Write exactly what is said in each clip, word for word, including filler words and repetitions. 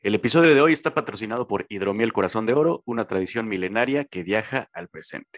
El episodio de hoy está patrocinado por Hidromiel Corazón de Oro, una tradición milenaria que viaja al presente.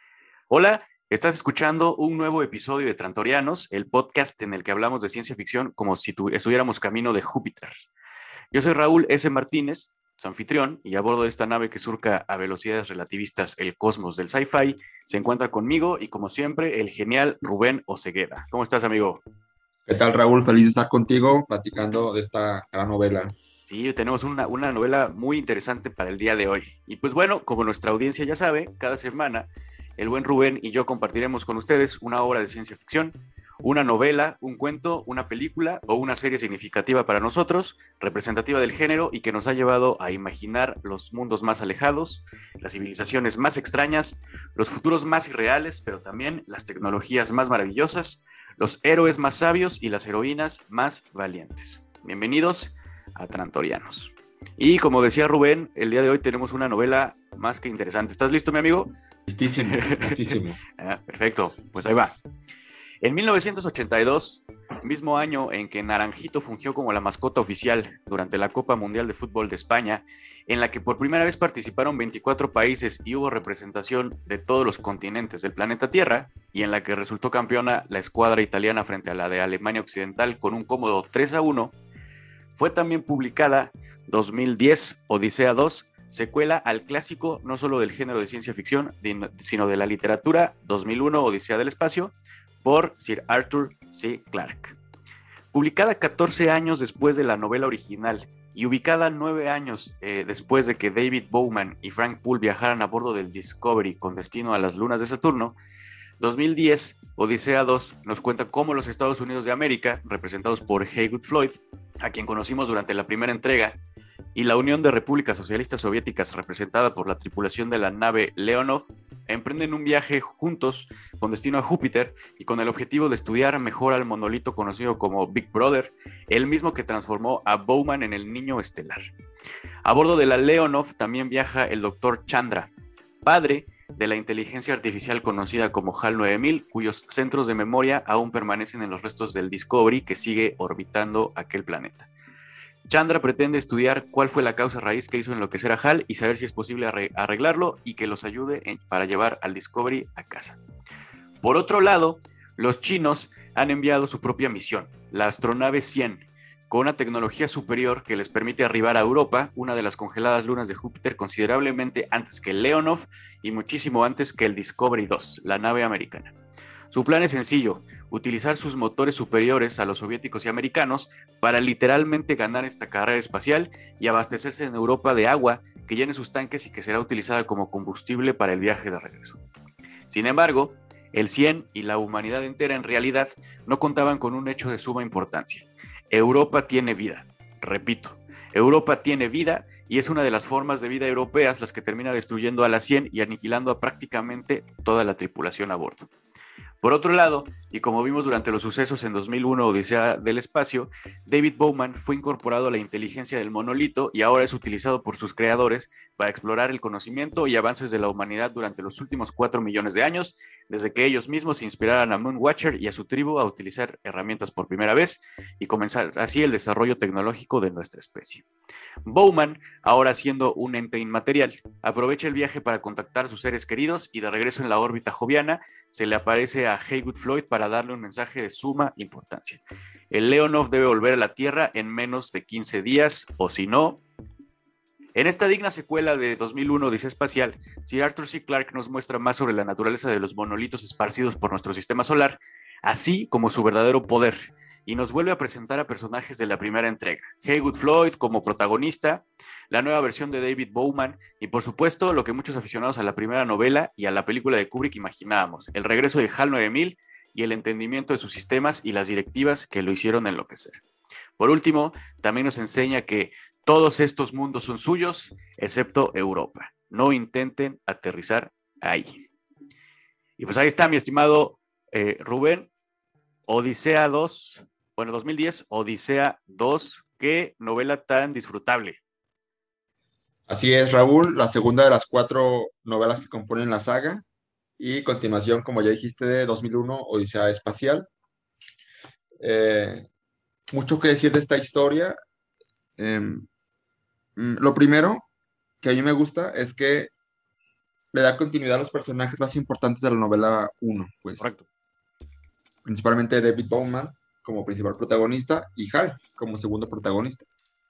Hola, estás escuchando un nuevo episodio de Trantorianos, el podcast en el que hablamos de ciencia ficción como si tu- estuviéramos camino de Júpiter. Yo soy Raúl S. Martínez, su anfitrión, y a bordo de esta nave que surca a velocidades relativistas el cosmos del sci-fi, se encuentra conmigo y como siempre el genial Rubén Oseguera. ¿Cómo estás, amigo? ¿Qué tal, Raúl? Feliz de estar contigo platicando de esta gran novela. Sí, tenemos una, una novela muy interesante para el día de hoy. Y pues bueno, como nuestra audiencia ya sabe, cada semana el buen Rubén y yo compartiremos con ustedes una obra de ciencia ficción, una novela, un cuento, una película o una serie significativa para nosotros, representativa del género y que nos ha llevado a imaginar los mundos más alejados, las civilizaciones más extrañas, los futuros más irreales, pero también las tecnologías más maravillosas, los héroes más sabios y las heroínas más valientes. Bienvenidos a Trantorianos. Y como decía Rubén, el día de hoy tenemos una novela más que interesante. ¿Estás listo, mi amigo? Listísimo, listísimo. Ah, perfecto, pues ahí va. En mil novecientos ochenta y dos, mismo año en que Naranjito fungió como la mascota oficial durante la Copa Mundial de Fútbol de España, en la que por primera vez participaron veinticuatro países y hubo representación de todos los continentes del planeta Tierra, y en la que resultó campeona la escuadra italiana frente a la de Alemania Occidental con un cómodo tres a uno, fue también publicada dos mil diez Odisea dos, secuela al clásico no solo del género de ciencia ficción, sino de la literatura dos mil uno Odisea del Espacio, por Sir Arthur C. Clarke. Publicada catorce años después de la novela original y ubicada nueve años eh, después de que David Bowman y Frank Poole viajaran a bordo del Discovery con destino a las lunas de Saturno, dos mil diez, Odisea dos nos cuenta cómo los Estados Unidos de América, representados por Haywood Floyd, a quien conocimos durante la primera entrega, y la Unión de Repúblicas Socialistas Soviéticas, representada por la tripulación de la nave Leonov, emprenden un viaje juntos con destino a Júpiter y con el objetivo de estudiar mejor al monolito conocido como Big Brother, el mismo que transformó a Bowman en el niño estelar. A bordo de la Leonov también viaja el doctor Chandra, padre de la inteligencia artificial conocida como HAL nueve mil, cuyos centros de memoria aún permanecen en los restos del Discovery que sigue orbitando aquel planeta. Chandra pretende estudiar cuál fue la causa raíz que hizo enloquecer a HAL y saber si es posible arreglarlo y que los ayude en, para llevar al Discovery a casa. Por otro lado, los chinos han enviado su propia misión, la astronave cien, con una tecnología superior que les permite arribar a Europa, una de las congeladas lunas de Júpiter, considerablemente antes que el Leonov y muchísimo antes que el Discovery dos, la nave americana. Su plan es sencillo, utilizar sus motores superiores a los soviéticos y americanos para literalmente ganar esta carrera espacial y abastecerse en Europa de agua que llene sus tanques y que será utilizada como combustible para el viaje de regreso. Sin embargo, el cien y la humanidad entera en realidad no contaban con un hecho de suma importancia. Europa tiene vida, repito, Europa tiene vida y es una de las formas de vida europeas las que termina destruyendo a la cien y aniquilando a prácticamente toda la tripulación a bordo. Por otro lado, y como vimos durante los sucesos en dos mil uno Odisea del Espacio, David Bowman fue incorporado a la inteligencia del monolito y ahora es utilizado por sus creadores para explorar el conocimiento y avances de la humanidad durante los últimos cuatro millones de años, desde que ellos mismos inspiraran a Moonwatcher y a su tribu a utilizar herramientas por primera vez y comenzar así el desarrollo tecnológico de nuestra especie. Bowman, ahora siendo un ente inmaterial, aprovecha el viaje para contactar a sus seres queridos y de regreso en la órbita joviana se le aparece a Haywood Floyd para darle un mensaje de suma importancia. El Leonov debe volver a la Tierra en menos de quince días o si no... En esta digna secuela de dos mil uno Odisea Espacial, Sir Arthur C. Clarke nos muestra más sobre la naturaleza de los monolitos esparcidos por nuestro sistema solar, así como su verdadero poder, y nos vuelve a presentar a personajes de la primera entrega. Haywood Floyd como protagonista, la nueva versión de David Bowman y por supuesto lo que muchos aficionados a la primera novela y a la película de Kubrick imaginábamos, el regreso de HAL nueve mil y el entendimiento de sus sistemas y las directivas que lo hicieron enloquecer. Por último, también nos enseña que todos estos mundos son suyos, excepto Europa. No intenten aterrizar ahí. Y pues ahí está, mi estimado eh, Rubén, Odisea dos, bueno, dos mil diez, Odisea dos, qué novela tan disfrutable. Así es, Raúl, la segunda de las cuatro novelas que componen la saga y continuación, como ya dijiste, de dos mil uno Odisea Espacial. Eh, Mucho que decir de esta historia. Eh, Mm, Lo primero que a mí me gusta es que le da continuidad a los personajes más importantes de la novela uno, pues Correcto. principalmente David Bowman como principal protagonista y Hal como segundo protagonista.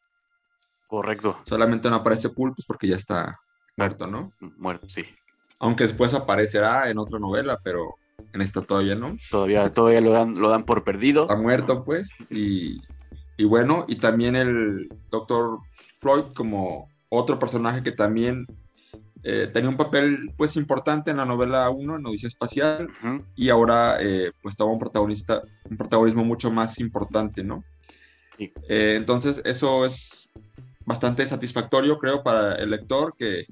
Correcto. Solamente no aparece Pulp pues, porque ya está Está muerto, ¿no? muerto, sí. Aunque después aparecerá en otra novela, pero en esta todavía no. Todavía, todavía lo dan, lo dan por perdido. Está muerto, pues, y, y bueno, y también el doctor Floyd como otro personaje que también eh, tenía un papel, pues, importante en la novela uno en Odisea Espacial, Ujú. y ahora, eh, pues, toma un protagonista, un protagonismo mucho más importante, ¿no? Sí, Eh, entonces, eso es bastante satisfactorio, creo, para el lector, que,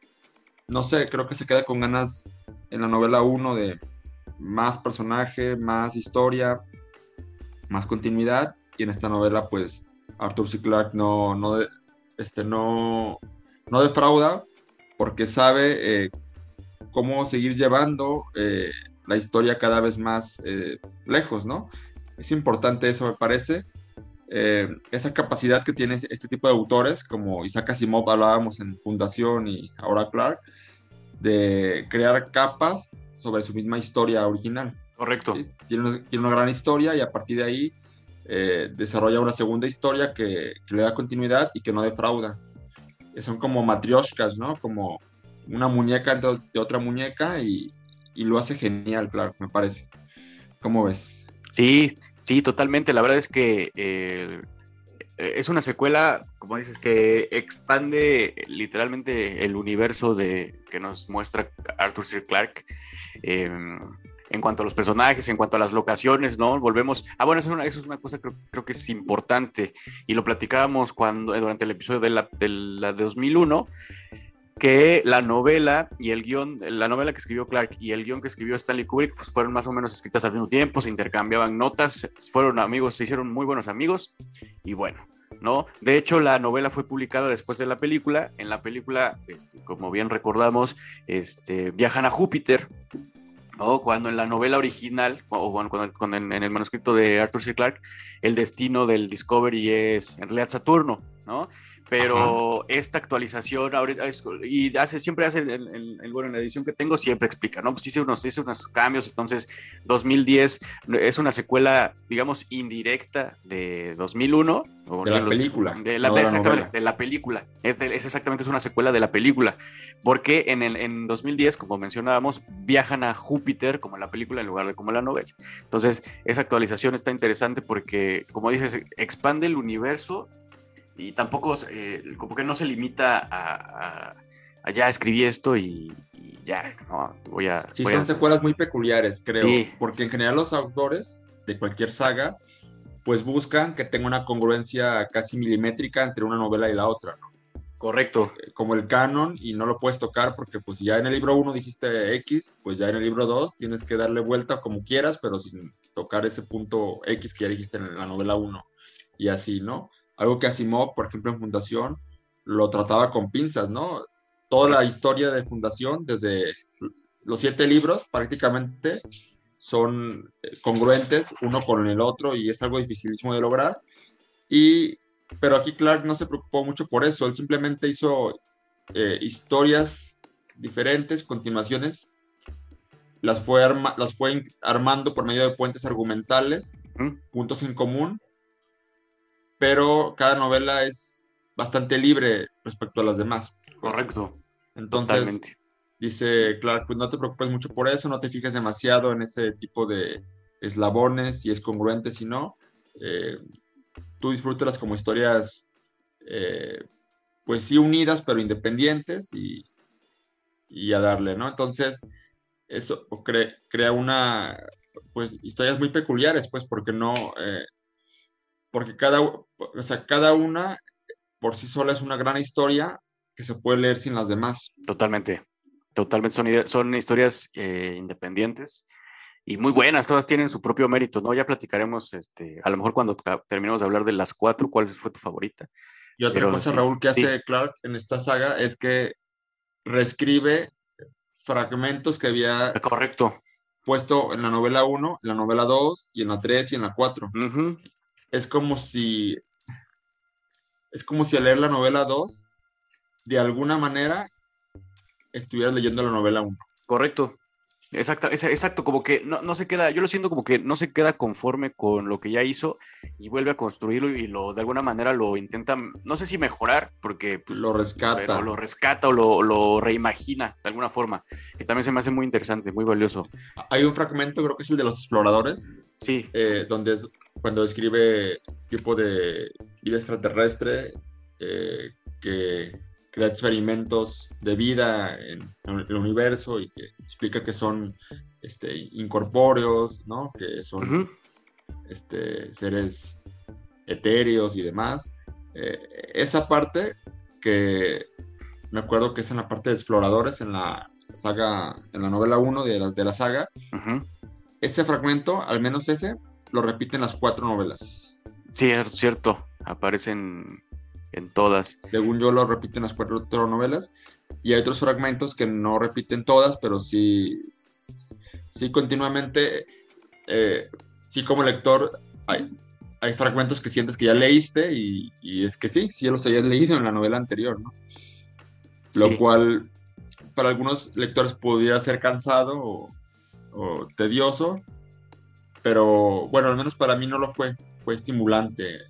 no sé, creo que se queda con ganas en la novela uno de más personaje, más historia, más continuidad, y en esta novela, pues, Arthur C. Clarke no, no, de- este, no, no defrauda, porque sabe eh, cómo seguir llevando eh, la historia cada vez más eh, lejos, ¿no? Es importante eso, me parece. Eh, esa capacidad que tiene este tipo de autores, como Isaac Asimov hablábamos en Fundación y ahora Clark, de crear capas sobre su misma historia original. correcto. ¿Sí? Tiene, una, tiene una gran historia y a partir de ahí eh, desarrolla una segunda historia que, que le da continuidad y que no defrauda. Son como matrioshkas, ¿no? Como una muñeca de, de otra muñeca y, y, lo hace genial, claro, me parece. ¿Cómo ves? Sí, sí, totalmente. La verdad es que eh, es una secuela, como dices, que expande literalmente el universo de, que nos muestra Arthur C. Clarke. Eh, en cuanto a los personajes, en cuanto a las locaciones, ¿no? Volvemos. Ah, bueno, eso es una, eso es una cosa que creo, creo, que es importante y lo platicábamos cuando, durante el episodio de la de, la de dos mil uno, que la novela y el guión, la novela que escribió Clark y el guión que escribió Stanley Kubrick pues fueron más o menos escritas al mismo tiempo, se intercambiaban notas, fueron amigos, se hicieron muy buenos amigos y bueno, ¿no? De hecho, la novela fue publicada después de la película. En la película, este, como bien recordamos, este, viajan a Júpiter, ¿no? Cuando en la novela original, o bueno, cuando, cuando en, en, el manuscrito de Arthur C. Clarke, el destino del Discovery es en realidad Saturno, ¿no? Ajá. Pero esta actualización ahorita es, y hace siempre hace el, el, el, bueno, en la edición que tengo siempre explica, ¿no? Pues hice unos, hice unos cambios. Entonces dos mil diez es una secuela, digamos, indirecta de dos mil uno, o De la los, película, de, la, no de, de la exactamente, novela. de la película. Es, de, es exactamente, es una secuela de la película, porque en, el, en dos mil diez, como mencionábamos, viajan a Júpiter como en la película en lugar de como en la novela. Entonces esa actualización está interesante porque, como dices, expande el universo y tampoco, eh, como que no se limita a, a, a ya escribí esto y, y ya, no, voy a, Sí, voy a... son secuelas muy peculiares, creo, Sí, porque en general los autores de cualquier saga, pues buscan que tenga una congruencia casi milimétrica entre una novela y la otra, ¿no? correcto. Como el canon y no lo puedes tocar porque pues ya en el libro uno dijiste X, pues ya en el libro dos tienes que darle vuelta como quieras, pero sin tocar ese punto X que ya dijiste en la novela uno y así, ¿no? Algo que Asimov, por ejemplo, en Fundación, lo trataba con pinzas, ¿no? Toda la Correcto. historia de Fundación, desde los siete libros prácticamente, son eh, congruentes uno con el otro y es algo dificilísimo de lograr. Y, pero aquí Clark no se preocupó mucho por eso, él simplemente hizo eh, historias diferentes, continuaciones, las fue, arma, las fue armando por medio de puentes argumentales, ¿Mm? puntos en común, pero cada novela es bastante libre respecto a las demás. Pues. Correcto, Entonces, totalmente. dice Clark, pues no te preocupes mucho por eso, no te fijes demasiado en ese tipo de eslabones, si es congruente, si no. Eh, tú disfrútalas como historias, eh, pues sí unidas, pero independientes y, y a darle, ¿no? Entonces, eso cre crea una, pues, historias muy peculiares, pues, porque no, eh, porque cada, o sea, cada una por sí sola es una gran historia que se puede leer sin las demás. Totalmente. Totalmente. Son, ide- son historias eh, independientes y muy buenas. Todas tienen su propio mérito, ¿no? Ya platicaremos, este, a lo mejor cuando ca- terminemos de hablar de las cuatro, cuál fue tu favorita. Y otra Pero cosa, sí, Raúl, que sí, hace Clark en esta saga es que reescribe fragmentos que había correcto. puesto en la novela uno, en la novela dos y en la tres y en la cuatro. Ujú. Es como si, es como si al leer la novela dos de alguna manera estuvieras leyendo la novela uno. Correcto. Exacto, exacto, como que no, no se queda, yo lo siento como que no se queda conforme con lo que ya hizo y vuelve a construirlo y lo de alguna manera lo intenta, no sé si mejorar, porque pues, Lo rescata. pero lo rescata o lo, lo reimagina de alguna forma, que también se me hace muy interesante, muy valioso. Hay un fragmento, creo que es el de los exploradores, sí, eh, donde es cuando describe este tipo de vida extraterrestre eh, que crea experimentos de vida en, en el universo y que explica que son este, incorpóreos, ¿no? Que son uh-huh. este, seres etéreos y demás. Eh, esa parte que me acuerdo que es en la parte de exploradores, en la saga, en la novela uno de la, de la saga, uh-huh. ese fragmento, al menos ese, lo repiten las cuatro novelas. Sí, es cierto, aparecen en todas. Según yo, lo repiten las cuatro novelas. Y hay otros fragmentos que no repiten todas, pero sí, sí continuamente, eh, sí como lector, hay, hay fragmentos que sientes que ya leíste y, y es que sí, sí ya los habías leído en la novela anterior, ¿no? Sí. Lo cual para algunos lectores podría ser cansado o, o tedioso, pero bueno, al menos para mí no lo fue, fue estimulante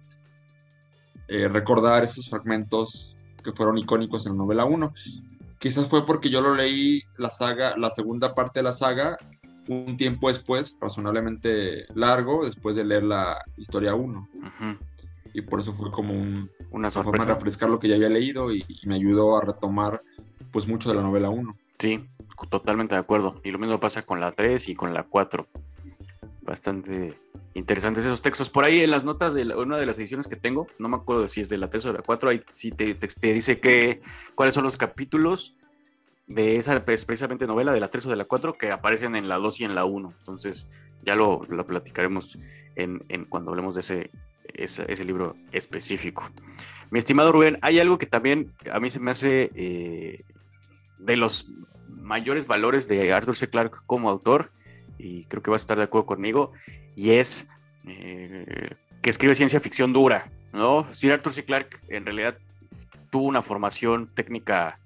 eh, recordar esos fragmentos que fueron icónicos en la novela uno. Quizás fue porque yo lo leí la saga, la segunda parte de la saga, un tiempo después, razonablemente largo, después de leer la historia uno. Uh-huh. Y por eso fue como un, una sorpresa. Forma de refrescar lo que ya había leído y, y me ayudó a retomar pues mucho de la novela uno. Sí, totalmente de acuerdo. Y lo mismo pasa con la tres y con la cuatro. Bastante interesantes esos textos. Por ahí en las notas de la, una de las ediciones que tengo, no me acuerdo si es de la tres o de la cuatro, ahí sí te, te, te dice que, cuáles son los capítulos de esa pues, precisamente novela de la tres o de la cuatro que aparecen en la dos y en la uno. Entonces ya lo, lo platicaremos en, en cuando hablemos de ese, ese, ese libro específico. Mi estimado Rubén, hay algo que también a mí se me hace eh, de los mayores valores de Arthur C. Clarke como autor, y creo que vas a estar de acuerdo conmigo, y es eh, que escribe ciencia ficción dura, ¿no? Sir Arthur C. Clarke en realidad tuvo una formación técnica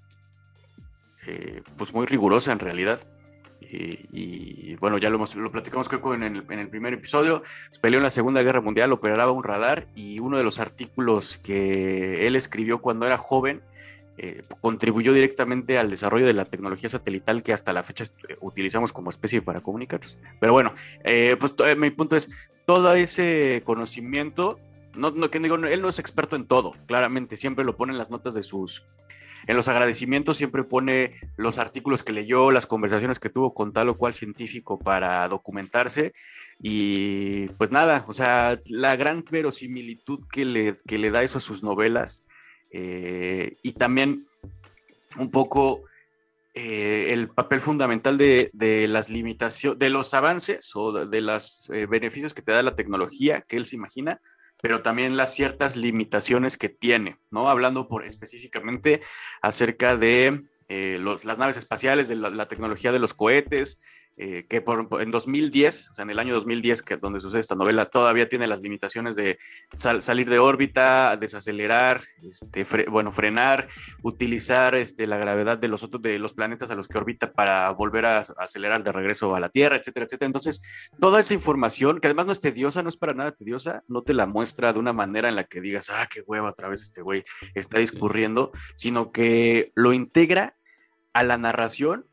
eh, pues muy rigurosa en realidad, y, y bueno, ya lo, hemos, lo platicamos creo que en el, en el primer episodio. Peleó en la Segunda Guerra Mundial, operaba un radar, y uno de los artículos que él escribió cuando era joven Eh, contribuyó directamente al desarrollo de la tecnología satelital que hasta la fecha utilizamos como especie para comunicarnos. Pero bueno, eh, pues to- mi punto es, todo ese conocimiento, no, no, que digo, él no es experto en todo, claramente, siempre lo pone en las notas de sus, en los agradecimientos siempre pone los artículos que leyó, las conversaciones que tuvo con tal o cual científico para documentarse, y pues nada, o sea, la gran verosimilitud que le, que le da eso a sus novelas. Eh, y también un poco eh, el papel fundamental de, de las limitaciones, de los avances o de, de los eh, beneficios que te da la tecnología que él se imagina, pero también las ciertas limitaciones que tiene, ¿no? Hablando por específicamente acerca de eh, los, las naves espaciales, de la, la tecnología de los cohetes, eh, que por, por, en dos mil diez, o sea, en el año dos mil diez, que donde sucede esta novela, todavía tiene las limitaciones de sal, salir de órbita, desacelerar, este, fre, bueno, frenar, utilizar este, la gravedad de los otros, de los planetas a los que orbita para volver a, a acelerar de regreso a la Tierra, etcétera, etcétera. Entonces, toda esa información, que además no es tediosa, no es para nada tediosa, no te la muestra de una manera en la que digas, ah, qué hueva, otra vez este güey está discurriendo, sino que lo integra a la narración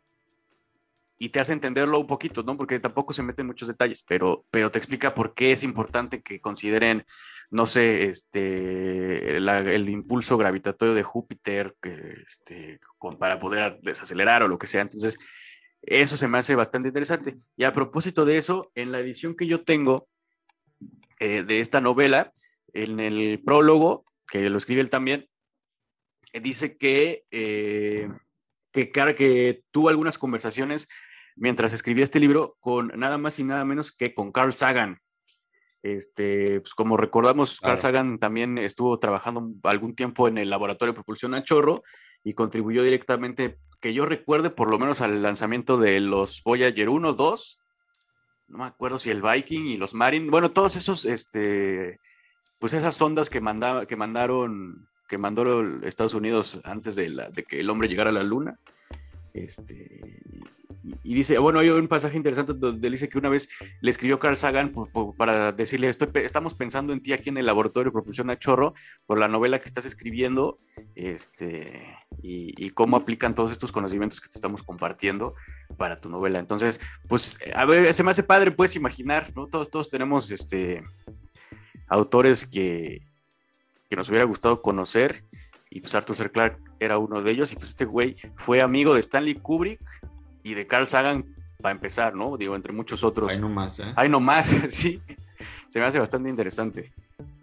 y te hace entenderlo un poquito, ¿no? Porque tampoco se mete en muchos detalles, pero, pero te explica por qué es importante que consideren, no sé, este, la, el impulso gravitatorio de Júpiter que, este, con, para poder desacelerar o lo que sea. Entonces, eso se me hace bastante interesante. Y a propósito de eso, en la edición que yo tengo eh, de esta novela, en el prólogo, que lo escribe él también, eh, dice que, eh, que, que tuvo algunas conversaciones mientras escribía este libro con nada más y nada menos que con Carl Sagan. Este, pues como recordamos, claro. Carl Sagan también estuvo trabajando algún tiempo en el laboratorio de propulsión a chorro y contribuyó directamente, que yo recuerde, por lo menos al lanzamiento de los Voyager uno, dos, no me acuerdo si el Viking y los Marine, bueno, todos esos, este, pues esas sondas que, manda, que mandaron que mandó Estados Unidos antes de, la, de que el hombre llegara a la luna. Este, y, y dice, bueno, hay un pasaje interesante donde dice que una vez le escribió Carl Sagan por, por, para decirle, Estoy, estamos pensando en ti aquí en el laboratorio de propulsión a chorro por la novela que estás escribiendo, este, y, y cómo aplican todos estos conocimientos que te estamos compartiendo para tu novela. Entonces, pues, a ver, se me hace padre, puedes imaginar, ¿no? Todos, todos tenemos este, autores que, que nos hubiera gustado conocer, y pues Arthur C. Clarke era uno de ellos, y pues este güey fue amigo de Stanley Kubrick y de Carl Sagan para empezar, ¿no? Digo, entre muchos otros. Ahí nomás, ¿eh? Ahí nomás, sí. Se me hace bastante interesante.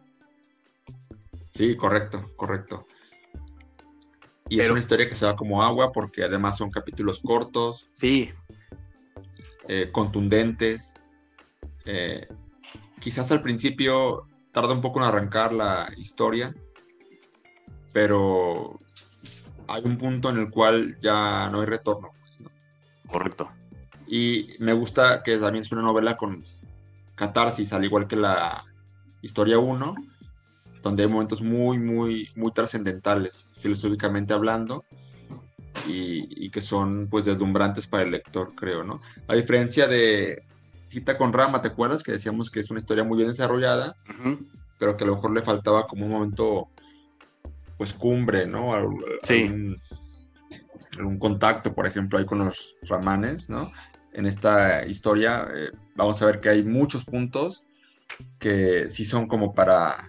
Sí, correcto, correcto. Y Pero, es una historia que se va como agua porque además son capítulos cortos. Sí. Eh, contundentes. Eh, quizás al principio tarda un poco en arrancar la historia, pero hay un punto en el cual ya no hay retorno, pues, ¿no? Correcto. Y me gusta que también es una novela con catarsis, al igual que la historia uno, donde hay momentos muy, muy, muy trascendentales, filosóficamente hablando, y, y que son, pues, deslumbrantes para el lector, creo, ¿no? A diferencia de Cita con Rama, ¿te acuerdas? Que decíamos que es una historia muy bien desarrollada, Uh-huh. pero que a lo mejor le faltaba como un momento, pues, cumbre, ¿no? Al, Sí. algún, algún contacto, por ejemplo, ahí con los ramanes, ¿no? En esta historia eh, vamos a ver que hay muchos puntos que sí son como para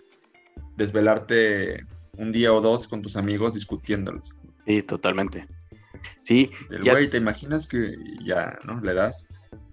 desvelarte un día o dos con tus amigos discutiéndolos. Sí, totalmente. Sí. El ya... güey, ¿te imaginas que ya, ¿no? Le das.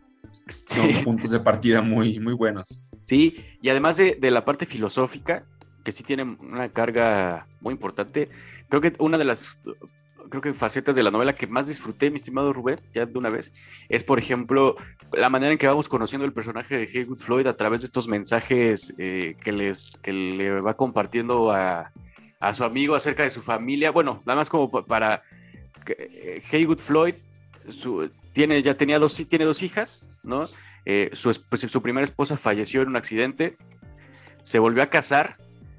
Sí. Son puntos de partida muy, muy buenos. Sí, y además de, de la parte filosófica, que sí tiene una carga muy importante, creo que una de las creo que facetas de la novela que más disfruté, mi estimado Rubén, ya de una vez, es, por ejemplo, la manera en que vamos conociendo el personaje de Haywood Floyd a través de estos mensajes eh, que, les, que le va compartiendo a, a su amigo acerca de su familia. Bueno, nada más como para... Eh, Haywood Floyd su, tiene, ya tenía dos, tiene dos hijas, ¿no? Eh, su, pues, su primera esposa falleció en un accidente, se volvió a casar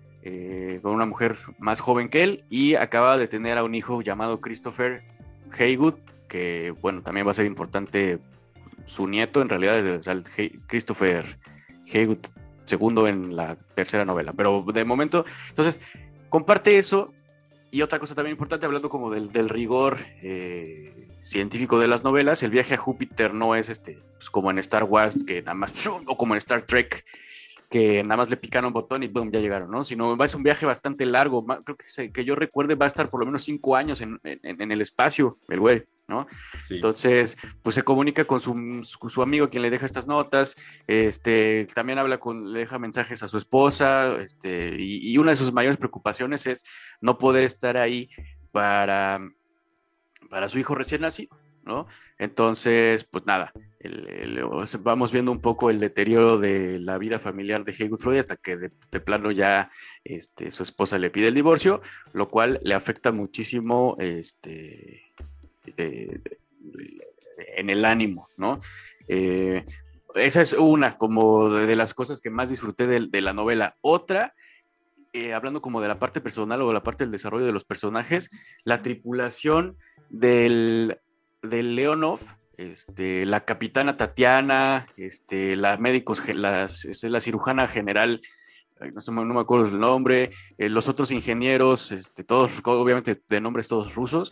eh, con una mujer más joven que él y acaba de tener a un hijo llamado Christopher Haywood, que bueno, también va a ser importante su nieto, en realidad, o sea, el Hay, Christopher Haywood segundo en la tercera novela, pero de momento, entonces, comparte eso. Y otra cosa también importante, hablando como del, del rigor eh, científico de las novelas, el viaje a Júpiter no es este, pues como en Star Wars, que nada más, o como en Star Trek, que nada más le pican un botón y boom, ya llegaron, ¿no? Sino es un viaje bastante largo, creo que, que yo recuerde va a estar por lo menos cinco años en, en, en el espacio, el güey, ¿no? Sí. Entonces, pues se comunica con su, su, su amigo, quien le deja estas notas, este, también habla con, le deja mensajes a su esposa, este, y, y una de sus mayores preocupaciones es no poder estar ahí para, para su hijo recién nacido, ¿no? Entonces, pues nada, el, el, vamos viendo un poco el deterioro de la vida familiar de Haywood Floyd hasta que de, de plano ya este, su esposa le pide el divorcio, lo cual le afecta muchísimo este, de, de, de, en el ánimo, ¿no? Eh, esa es una como de, de las cosas que más disfruté de, de la novela. Otra, eh, hablando como de la parte personal o la parte del desarrollo de los personajes, la tripulación del, del Leonov, este, la capitana Tatiana, este, la médicos, la, la cirujana general, no, sé, no me acuerdo el nombre, eh, los otros ingenieros, este, todos, obviamente de nombres todos rusos,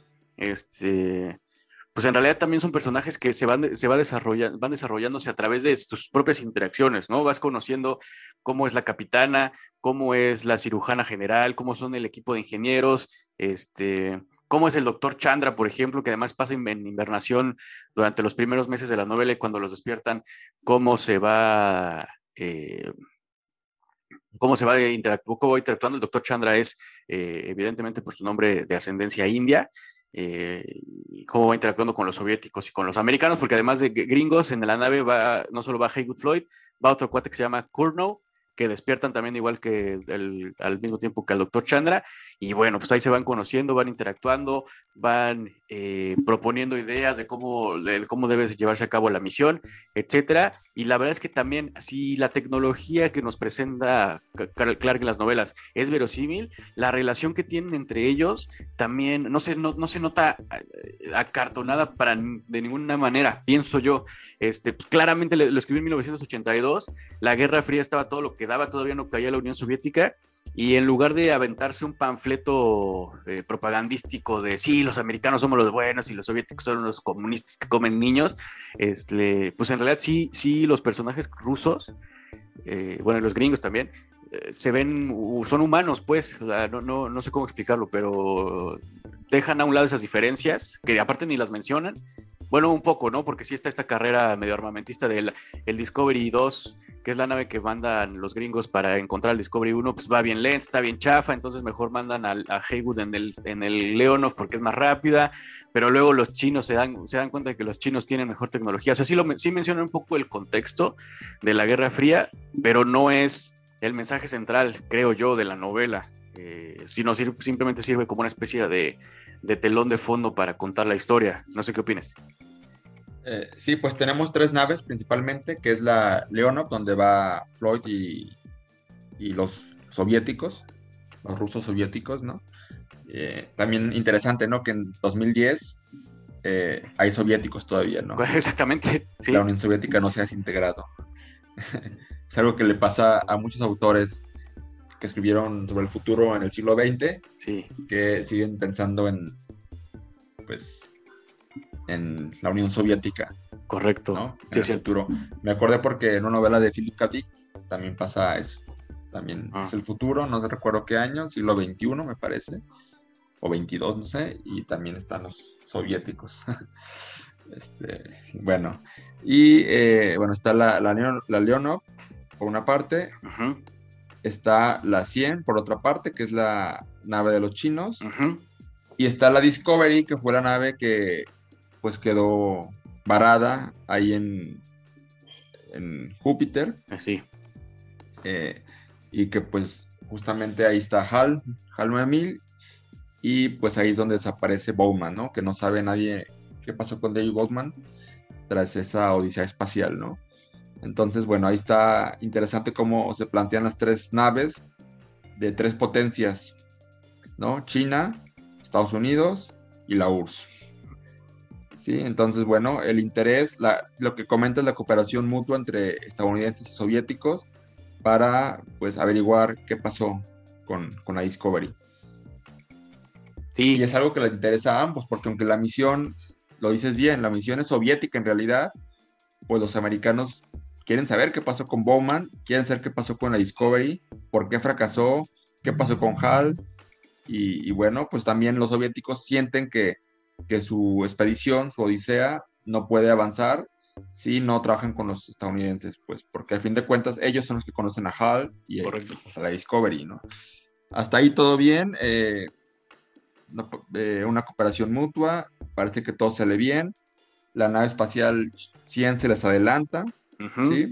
este, pues en realidad también son personajes que se van, se va desarrollando, van desarrollándose a través de sus propias interacciones, ¿no? Vas conociendo cómo es la capitana, cómo es la cirujana general, cómo son el equipo de ingenieros, este, cómo es el doctor Chandra, por ejemplo, que además pasa en invernación durante los primeros meses de la novela y cuando los despiertan, cómo se va... Eh, cómo se va interactuando, cómo va interactuando. El doctor Chandra es, eh, evidentemente, por su nombre de ascendencia india, eh, cómo va interactuando con los soviéticos y con los americanos, porque además de gringos, en la nave va, no solo va Haywood Floyd, va otro cuate que se llama Curnow, que despiertan también igual que el, al mismo tiempo que al doctor Chandra, y bueno, pues ahí se van conociendo, van interactuando, van eh, proponiendo ideas de cómo, de cómo debe llevarse a cabo la misión, etcétera. Y la verdad es que también, si la tecnología que nos presenta Clarke en las novelas es verosímil, la relación que tienen entre ellos también no se, no, no se nota acartonada para, de ninguna manera, pienso yo. Este, pues, claramente lo escribí en mil novecientos ochenta y dos, la Guerra Fría estaba todo lo que daba, todavía no caía la Unión Soviética, y en lugar de aventarse un panfleto eh, propagandístico de sí, los americanos somos los buenos y los soviéticos son los comunistas que comen niños, este, pues en realidad sí, sí los personajes rusos, eh, bueno, los gringos también, eh, se ven, son humanos, pues, o sea, no, no, no sé cómo explicarlo, pero dejan a un lado esas diferencias, que aparte ni las mencionan. Bueno, un poco, ¿no? Porque sí está esta carrera medio armamentista del el Discovery dos, que es la nave que mandan los gringos para encontrar el Discovery uno, pues va bien lenta, está bien chafa, entonces mejor mandan al, a Haywood en el, en el Leonov porque es más rápida, pero luego los chinos se dan, se dan cuenta de que los chinos tienen mejor tecnología. O sea, sí, lo, sí mencionan un poco el contexto de la Guerra Fría, pero no es el mensaje central, creo yo, de la novela, eh, sino sirve, simplemente sirve como una especie de, de telón de fondo para contar la historia. No sé qué opinas. Eh, sí, pues tenemos tres naves principalmente, que es la Leonov, donde va Floyd y, y los soviéticos, los rusos soviéticos, ¿no? Eh, también interesante, ¿no? Que en dos mil diez eh, hay soviéticos todavía, ¿no? Exactamente, sí. La Unión Soviética no se ha desintegrado. Es algo que le pasa a muchos autores que escribieron sobre el futuro en el siglo veinte, sí. que siguen pensando en, pues, en la Unión Soviética. Correcto. ¿No? Sí, en el futuro. Me acordé porque en una novela de Philip K. Dick también pasa eso. También ah. es el futuro, no recuerdo qué año, siglo veintiuno me parece, o veintidós, no sé, y también están los soviéticos. este, bueno, y eh, bueno, está la, la, la Leonov por una parte, uh-huh. está la cien por otra parte, que es la nave de los chinos, uh-huh. y está la Discovery, que fue la nave que pues quedó varada ahí en, en Júpiter. Sí. Eh, y que pues justamente ahí está HAL, HAL nueve mil, y pues ahí es donde desaparece Bowman, ¿no? Que no sabe nadie qué pasó con David Bowman tras esa odisea espacial, ¿no? Entonces, bueno, ahí está interesante cómo se plantean las tres naves de tres potencias, ¿no? China, Estados Unidos y la U R S S. Sí, entonces, bueno, el interés, la, lo que comenta es la cooperación mutua entre estadounidenses y soviéticos para, pues, averiguar qué pasó con, con la Discovery. Sí. Y es algo que les interesa a ambos, porque aunque la misión, lo dices bien, la misión es soviética en realidad, pues los americanos quieren saber qué pasó con Bowman, quieren saber qué pasó con la Discovery, por qué fracasó, qué pasó con HAL, y, y bueno, pues también los soviéticos sienten que, que su expedición, su odisea, no puede avanzar si no trabajan con los estadounidenses, pues porque al fin de cuentas ellos son los que conocen a HAL y a, a la Discovery, ¿no? Hasta ahí todo bien, eh, no, eh, una cooperación mutua, parece que todo sale bien, la nave espacial cien se les adelanta, uh-huh. ¿sí?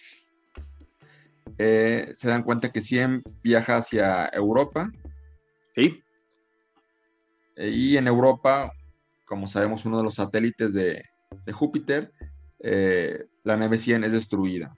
Eh, se dan cuenta que cien viaja hacia Europa. Sí. Eh, y en Europa, como sabemos, uno de los satélites de, de Júpiter, eh, la nave cien es destruida.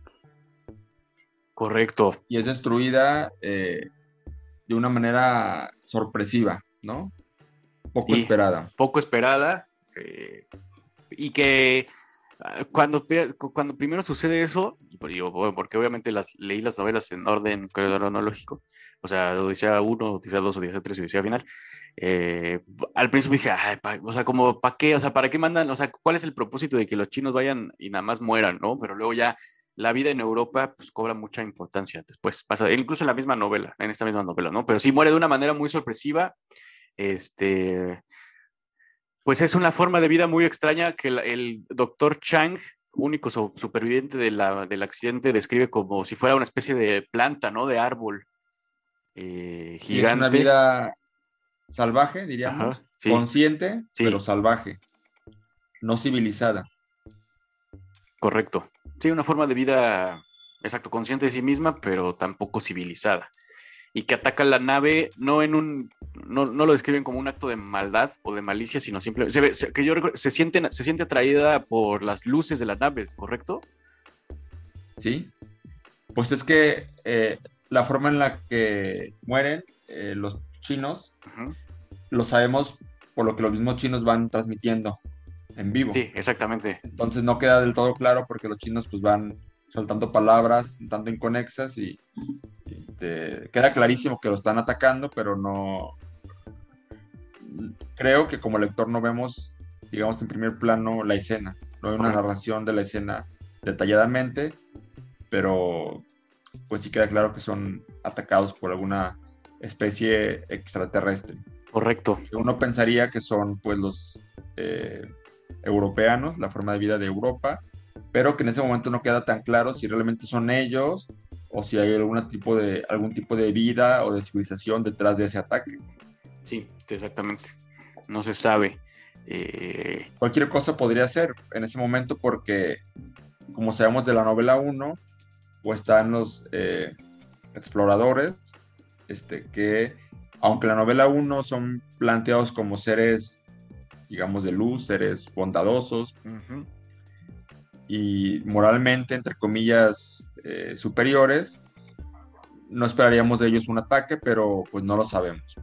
Correcto. Y es destruida eh, de una manera sorpresiva, ¿no? Poco sí, esperada. Poco esperada. Eh, y que cuando, cuando primero sucede eso, porque obviamente las, leí las novelas en orden cronológico, o sea, Odisea uno, Odisea dos, Odisea tres y Odisea final, eh, al principio dije, ay, pa, o sea, como, ¿para qué? O sea, ¿para qué mandan? O sea, ¿cuál es el propósito de que los chinos vayan y nada más mueran, no? Pero luego ya la vida en Europa, pues, cobra mucha importancia después, pasa, incluso en la misma novela, en esta misma novela, ¿no? Pero sí muere de una manera muy sorpresiva, este... Pues es una forma de vida muy extraña que el, el doctor Chang, único so, superviviente de la, del accidente, describe como si fuera una especie de planta, ¿no? De árbol eh, gigante. Sí, es una vida salvaje, diríamos, ajá, sí, consciente, sí. Pero salvaje, no civilizada. Correcto. Sí, una forma de vida, exacto, consciente de sí misma, pero tampoco civilizada. y que ataca la nave no en un, no, no lo describen como un acto de maldad o de malicia, sino simplemente, se, ve- se- que yo recuerdo, se siente, se siente atraída por las luces de la nave, ¿correcto? ¿Sí? Pues es que eh, la forma en la que mueren eh, los chinos, Ujú. lo sabemos por lo que los mismos chinos van transmitiendo en vivo. Sí, exactamente. Entonces no queda del todo claro porque los chinos pues van soltando palabras un tanto inconexas y este, queda clarísimo que lo están atacando, pero no... Creo que como lector no vemos, digamos, en primer plano la escena. No hay una Correcto. narración de la escena detalladamente, pero pues sí queda claro que son atacados por alguna especie extraterrestre. Correcto. Uno pensaría que son pues los eh, europeanos, la forma de vida de Europa, pero que en ese momento no queda tan claro si realmente son ellos o si hay algún tipo de, algún tipo de vida o de civilización detrás de ese ataque. Sí, exactamente. No se sabe. Eh, Cualquier cosa podría ser en ese momento porque, como sabemos de la novela uno, pues están los eh, exploradores, este, que aunque la novela uno son planteados como seres, digamos, de luz, seres bondadosos uh-huh. y moralmente, entre comillas, eh, superiores, no esperaríamos de ellos un ataque, pero pues no lo sabemos.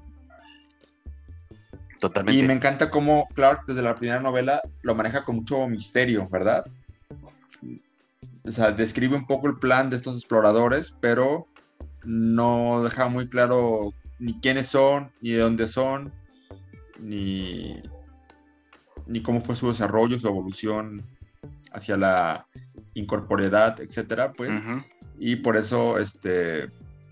Totalmente. Y me encanta cómo Clark desde la primera novela lo maneja con mucho misterio, ¿verdad? O sea, describe un poco el plan de estos exploradores, pero no deja muy claro ni quiénes son, ni de dónde son, ni, ni cómo fue su desarrollo, su evolución hacia la incorporeidad, etcétera, pues. Uh-huh. Y por eso, este,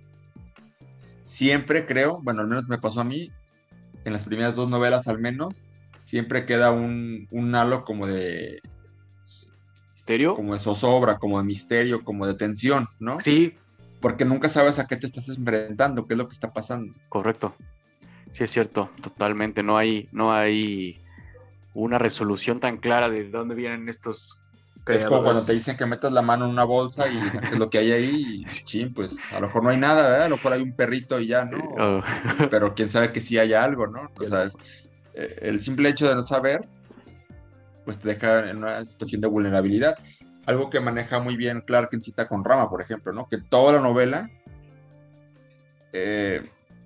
siempre creo, bueno, al menos me pasó a mí, en las primeras dos novelas al menos, siempre queda un, un halo como de ¿Misterio? como de zozobra, como de misterio, como de tensión, ¿no? Sí. Porque nunca sabes a qué te estás enfrentando, qué es lo que está pasando. Correcto. Sí, es cierto, totalmente. No hay, no hay una resolución tan clara de dónde vienen estos creadores. Es como cuando te dicen que metas la mano en una bolsa y saques lo que hay ahí y sí. chin, pues a lo mejor no hay nada, ¿verdad? A lo mejor hay un perrito y ya, ¿no? Oh. Pero quién sabe que sí haya algo, ¿no? O sea, es, eh, el simple hecho de no saber, pues te deja en una situación de vulnerabilidad. Algo que maneja muy bien Clark en Cita con Rama, por ejemplo, ¿no? Que toda la novela eh,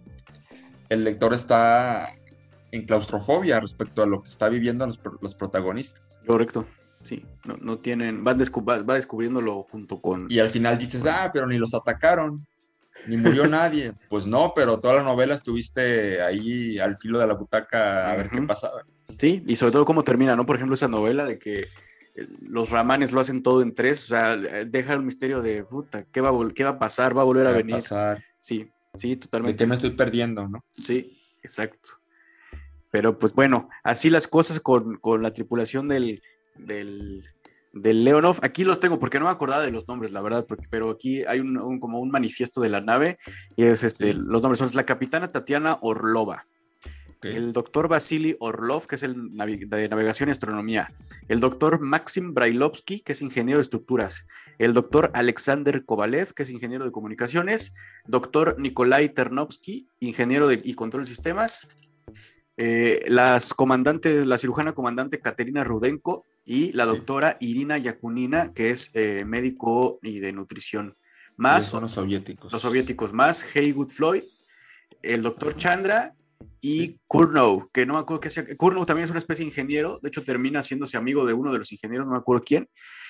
el lector está en claustrofobia respecto a lo que está viviendo los, los protagonistas. Correcto, sí, no, no tienen, van descu va, va descubriéndolo junto con... Y al final dices, ah, pero ni los atacaron, ni murió nadie. Pues no, pero toda la novela estuviste ahí al filo de la butaca a uh-huh. ver qué pasaba. Sí, y sobre todo cómo termina, ¿no? Por ejemplo, esa novela de que los ramanes lo hacen todo en tres, o sea, deja el misterio de, puta, ¿qué va a, qué va a pasar? ¿Va a volver a venir? Pasar? Sí, sí, totalmente. ¿De qué me estoy perdiendo, no? Sí, exacto. Pero pues bueno, así las cosas con, con la tripulación del, del, del Leonov. Aquí los tengo porque no me acordaba de los nombres, la verdad, porque, pero aquí hay un, un, como un manifiesto de la nave y es este, sí. Los nombres son la capitana Tatiana Orlova, okay. El doctor Vasily Orlov, que es el navi- de navegación y astronomía, el doctor Maxim Brailovsky, que es ingeniero de estructuras, el doctor Alexander Kovalev, que es ingeniero de comunicaciones, doctor Nikolai Ternovsky, ingeniero de, y control de sistemas, Eh, las comandantes, la cirujana comandante Katerina Rudenko y la doctora sí. Irina Yakunina, que es eh, médico y de nutrición. Más son los soviéticos. Los soviéticos, más Haywood Floyd, el doctor Chandra y sí. Kurnow, que no me acuerdo qué hacía. Kurnow también es una especie de ingeniero, de hecho termina haciéndose amigo de uno de los ingenieros, no me acuerdo quién.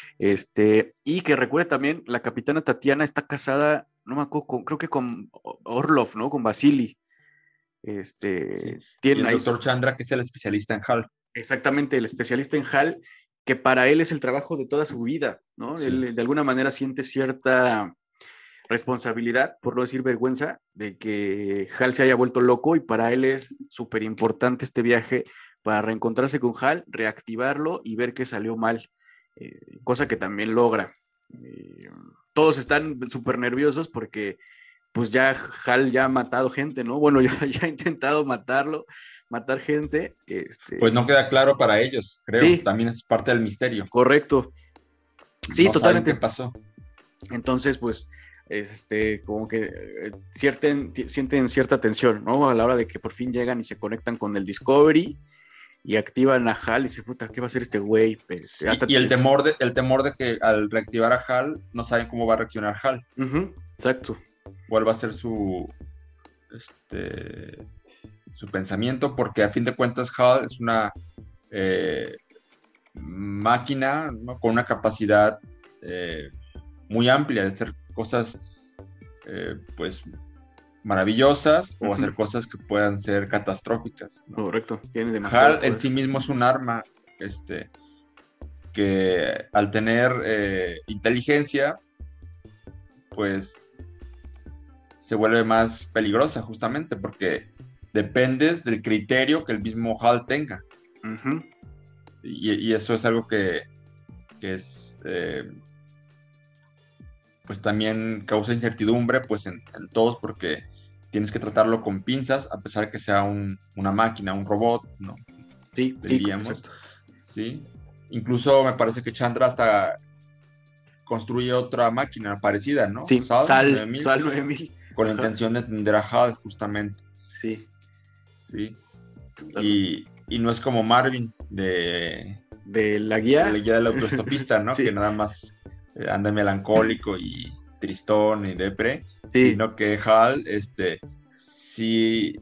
Este, y que recuerde también, la capitana Tatiana está casada, no me acuerdo, con, creo que con Orlov, ¿no? Con Vasily. Este, sí. tiene y el ahí doctor su... Chandra, que es el especialista en H A L. Exactamente, el especialista en H A L, que para él es el trabajo de toda su vida, ¿no? Sí. Él de alguna manera siente cierta responsabilidad, por no decir vergüenza, de que H A L se haya vuelto loco y para él es súper importante este viaje para reencontrarse con H A L, reactivarlo y ver que salió mal, eh, cosa que también logra. Eh, todos están súper nerviosos porque pues ya H A L ya ha matado gente, ¿no? Bueno, ya, ya ha intentado matarlo, matar gente. Este... Pues no queda claro para ellos, creo. Sí. También es parte del misterio. Correcto. Sí, no totalmente. Saben qué pasó. Entonces, pues, este, como que eh, cierten, ti- sienten cierta tensión, ¿no? A la hora de que por fin llegan y se conectan con el Discovery y activan a Hal y dice, puta, ¿qué va a hacer este güey? Pero hasta Y, y el, te- temor de, el temor de que al reactivar a Hal, no saben cómo va a reaccionar Hal. Ujú, exacto. ¿Cuál va a ser su, este, su pensamiento? Porque a fin de cuentas Hal es una eh, máquina, ¿no? Con una capacidad eh, muy amplia de hacer cosas eh, pues maravillosas o Ujú, hacer cosas que puedan ser catastróficas, ¿no? correcto, tiene demasiado Hal en poder. sí mismo es un arma este, que al tener eh, inteligencia, pues se vuelve más peligrosa justamente porque dependes del criterio que el mismo Hal tenga. Ujú, Y, y eso es algo que, que es, eh, pues también causa incertidumbre pues en, en todos porque tienes que tratarlo con pinzas a pesar que sea un, una máquina, un robot, ¿no? sí, sí, Diríamos, exacto. ¿sí? Incluso me parece que Chandra hasta construye otra máquina parecida, ¿no? Sí, Sal Sal, nueve mil, Sal nueve mil. con la Ajá, intención de atender a Hal justamente, sí, ¿sí? totalmente. Y, y no es como Marvin de, De la de la guía, guía del autoestopista, ¿no? Que sí, nada más eh, anda melancólico y tristón y depre, sí, sino que Hal, este, sí,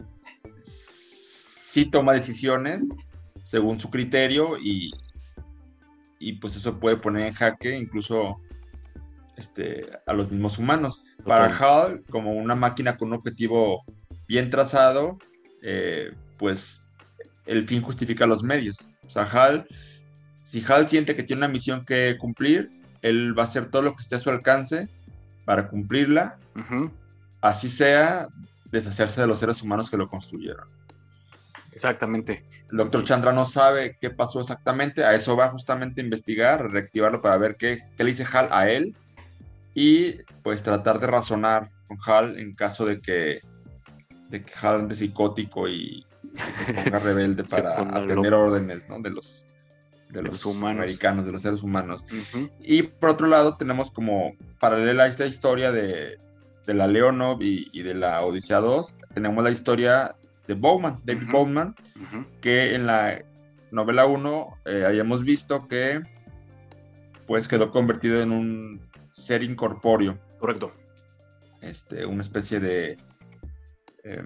sí toma decisiones según su criterio y, y pues eso puede poner en jaque incluso este, a los mismos humanos. Para total. Hal, como una máquina con un objetivo bien trazado, eh, pues el fin justifica los medios. O sea, Hal, si Hal siente que tiene una misión que cumplir, él va a hacer todo lo que esté a su alcance para cumplirla, Ujú, así sea deshacerse de los seres humanos que lo construyeron. exactamente. El doctor Chandra no sabe qué pasó exactamente, a eso va justamente a investigar, a reactivarlo para ver qué, qué le dice Hal a él y pues tratar de razonar con Hal en caso de que, de que Hal ande psicótico y, y se ponga rebelde Se para ponga atender loco órdenes, ¿no? de los de de los los humanos. americanos, de los seres humanos. Ujú, Y por otro lado tenemos como paralela a esta historia de, de la Leonov y, y de la Odisea dos, tenemos la historia de Bowman, David ujú, Bowman, ujú, que en la novela uno eh, habíamos visto que pues quedó convertido en un ser incorpóreo, correcto. este, una especie de, eh,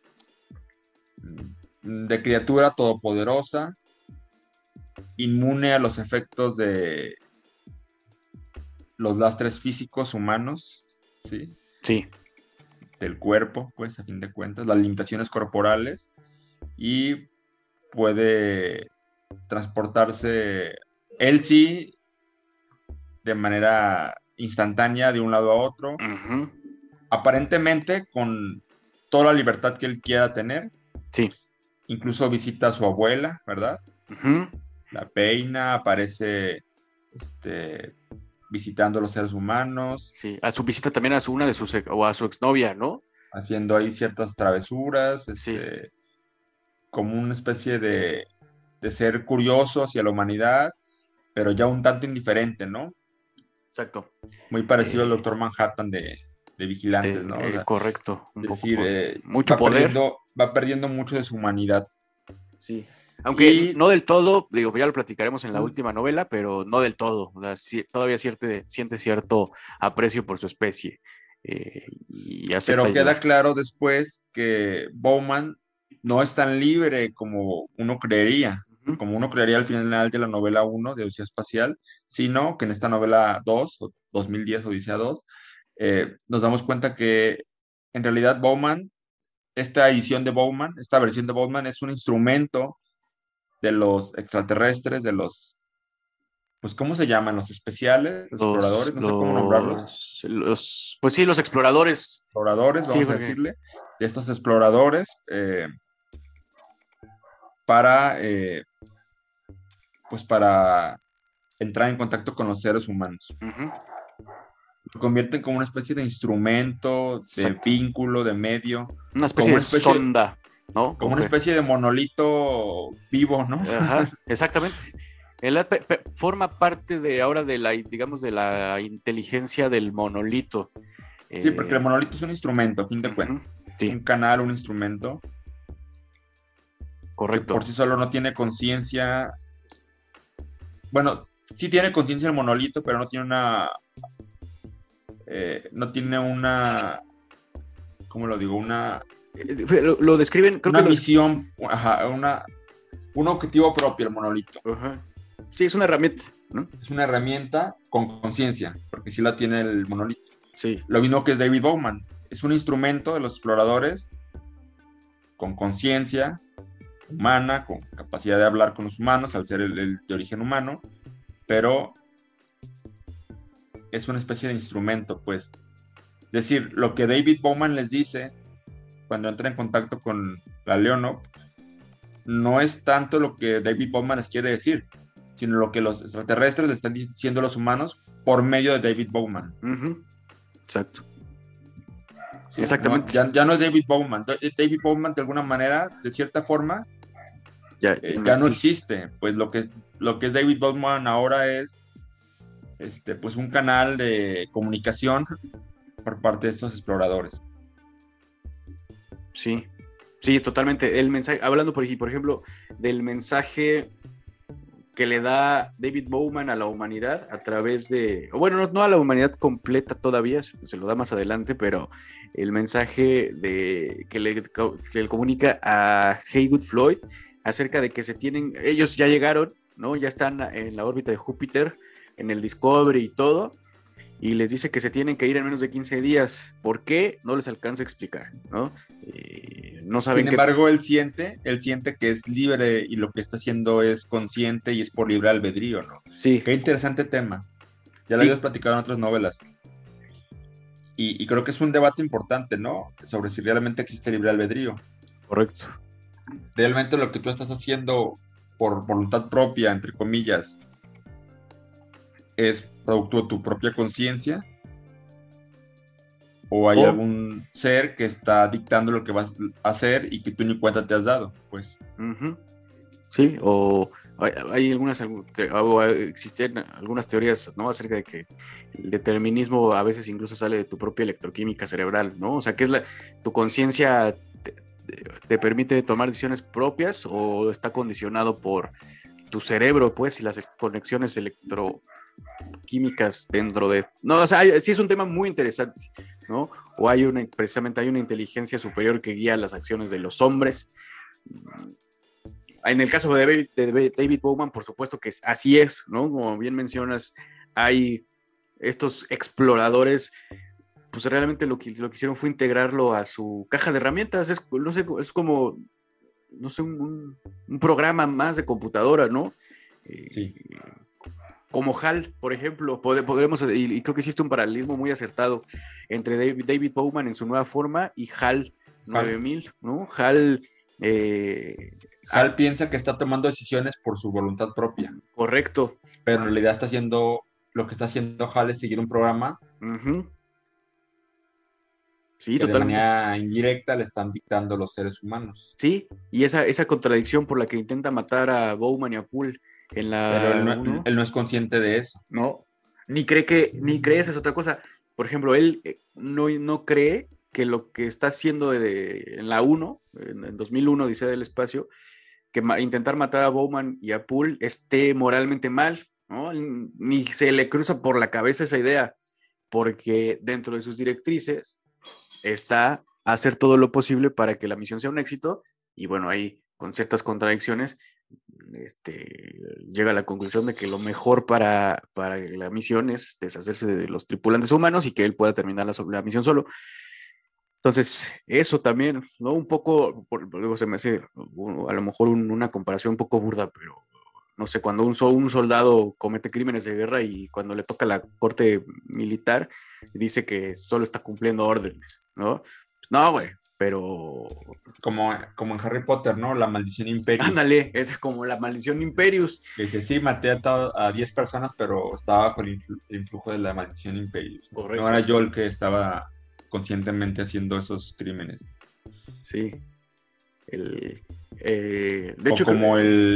de criatura todopoderosa, inmune a los efectos de los lastres físicos humanos, ¿sí? Sí, Del cuerpo, pues a fin de cuentas, las limitaciones corporales, y puede transportarse él sí de manera instantánea de un lado a otro, ujú, aparentemente con toda la libertad que él quiera tener, sí, incluso visita a su abuela, ¿verdad? ujú, La peina, aparece este, visitando a los seres humanos, sí. A su visita también a su una de sus ex- o a su exnovia, ¿no? haciendo ahí ciertas travesuras, Sí, este, como una especie de, de ser curioso hacia la humanidad, pero ya un tanto indiferente, ¿no? exacto. Muy parecido al Eh, Doctor Manhattan de, de Vigilantes, ¿no? O de- eh, sea, correcto, un es poco decir, con eh, mucho va poder. perdiendo, va perdiendo mucho de su humanidad. Sí. Aunque Y no del todo, digo, ya lo platicaremos en la mm, última novela, pero no del todo. O sea, sí- todavía siente, siente cierto aprecio por su especie eh, y acepta pero ayudar. queda claro después que Bowman no es tan libre como uno creería, Ujú, como uno creería al final de la novela uno de Odisea Espacial, sino que en esta novela dos, o dos mil diez Odisea dos, eh, nos damos cuenta que en realidad Bowman, esta edición de Bowman, esta versión de Bowman es un instrumento de los extraterrestres, de los, pues, ¿cómo se llaman? Los especiales, los Los, exploradores, no sé cómo nombrarlos, los, los, pues sí, los exploradores. exploradores, Sí, vamos a porque, decirle, de estos exploradores eh, para, eh, pues, para entrar en contacto con los seres humanos. ujú, Lo convierten como una especie de instrumento, de exacto. vínculo, de medio, Una como especie de una especie, sonda, ¿no? como ¿O una qué? especie de monolito vivo, ¿no? Ajá, exactamente. El A P P forma parte de ahora de la, digamos, de la inteligencia del monolito. Sí, porque el Eh, monolito es un instrumento, a fin de ujú, cuentas. sí, Un canal, un instrumento que por correcto. sí solo no tiene conciencia. Bueno, sí tiene conciencia el monolito, pero no tiene una. Eh, no tiene una. ¿Cómo lo digo? Una, Eh, lo, lo describen, creo que una lo... misión, ajá, una, un objetivo propio el monolito. Ajá. Sí, es una herramienta, ¿no? Es una herramienta con conciencia, porque sí la tiene el monolito. Sí, Lo mismo que es David Bowman. Es un instrumento de los exploradores con conciencia humana, con capacidad de hablar con los humanos, al ser el, el de origen humano, pero es una especie de instrumento, pues. Es decir, lo que David Bowman les dice cuando entra en contacto con la Leonov no es tanto lo que David Bowman les quiere decir, sino lo que los extraterrestres le están diciendo a los humanos por medio de David Bowman. uh-huh. Exacto. ¿Sí? Exactamente. No, ya, ya no es David Bowman. David Bowman, de alguna manera, de cierta forma, Ya, eh, ya no ya no existe. existe. Pues lo que, lo que es David Bowman ahora es este, pues un canal de comunicación por parte de estos exploradores. Sí, sí, totalmente. El mensaje, hablando por, por ejemplo del mensaje que le da David Bowman a la humanidad a través de, bueno, no, no a la humanidad completa todavía, se lo da más adelante, pero el mensaje de que le, que le comunica a Haywood Floyd acerca de que se tienen, ellos ya llegaron, ¿no? Ya están en la órbita de Júpiter, en el Discovery y todo, y les dice que se tienen que ir en menos de quince días. ¿Por qué? No les alcanza a explicar, ¿no? Eh, no saben Sin qué... embargo, él siente, él siente que es libre y lo que está haciendo es consciente y es por libre albedrío, ¿no? Sí, Qué interesante tema. Ya lo sí, habías platicado en otras novelas. Y, y creo que es un debate importante, ¿no? Sobre si realmente existe libre albedrío. correcto. Realmente lo que tú estás haciendo por voluntad propia, entre comillas, es producto de tu propia conciencia, o hay O, algún ser que está dictando lo que vas a hacer y que tú ni cuenta te has dado, pues. uh-huh, sí, o hay, hay algunas, o existen algunas teorías, ¿no? Acerca de que el determinismo a veces incluso sale de tu propia electroquímica cerebral, ¿no? O sea, que es la, tu conciencia te, te permite tomar decisiones propias o está condicionado por tu cerebro, pues, y las conexiones electroquímicas dentro de... No, o sea, hay, sí es un tema muy interesante, ¿no? O hay una, precisamente hay una inteligencia superior que guía las acciones de los hombres. En el caso de David, de David Bowman, por supuesto que así es, ¿no? Como bien mencionas, hay estos exploradores, pues realmente lo que, lo que hicieron fue integrarlo a su caja de herramientas. Es, no sé, es como, no sé, un, un programa más de computadora, ¿no? Sí. Eh, como HAL, por ejemplo, pod podremos, y, y, creo que existe un paralelismo muy acertado entre David, David Bowman en su nueva forma y HAL nueve mil, ¿no? HAL... Eh, Hal piensa que está tomando decisiones por su voluntad propia. Correcto. Pero en realidad está haciendo, lo que está haciendo Hal es seguir un programa uh-huh. Sí, que totalmente. de manera indirecta le están dictando los seres humanos. Sí, y esa, esa contradicción por la que intenta matar a Bowman y a Poole en Pero él la no, uno, él no es consciente de eso. no, ni cree que, ni cree esa es otra cosa. Por ejemplo, él no, no cree que lo que está haciendo de, en la uno, en, en dos mil uno, Odisea del Espacio, que ma intentar matar a Bowman y a Poole esté moralmente mal, ¿no? Ni se le cruza por la cabeza esa idea, porque dentro de sus directrices está hacer todo lo posible para que la misión sea un éxito, y bueno, ahí con ciertas contradicciones este, llega a la conclusión de que lo mejor para, para la misión es deshacerse de los tripulantes humanos y que él pueda terminar la, la misión solo. Entonces, eso también, ¿no? Un poco, por, luego se me hace a lo mejor un, una comparación un poco burda, pero no sé, cuando un, un soldado comete crímenes de guerra y cuando le toca la corte militar, dice que solo está cumpliendo órdenes, ¿no? No, güey, pero... Como, como en Harry Potter, ¿no? La maldición Imperius. Ándale, es como la maldición Imperius. Que dice, sí, maté a diez personas, pero estaba bajo el, influ el influjo de la maldición Imperius. Correcto. No era yo el que estaba conscientemente haciendo esos crímenes. Sí. El, eh, de o hecho, como creo... el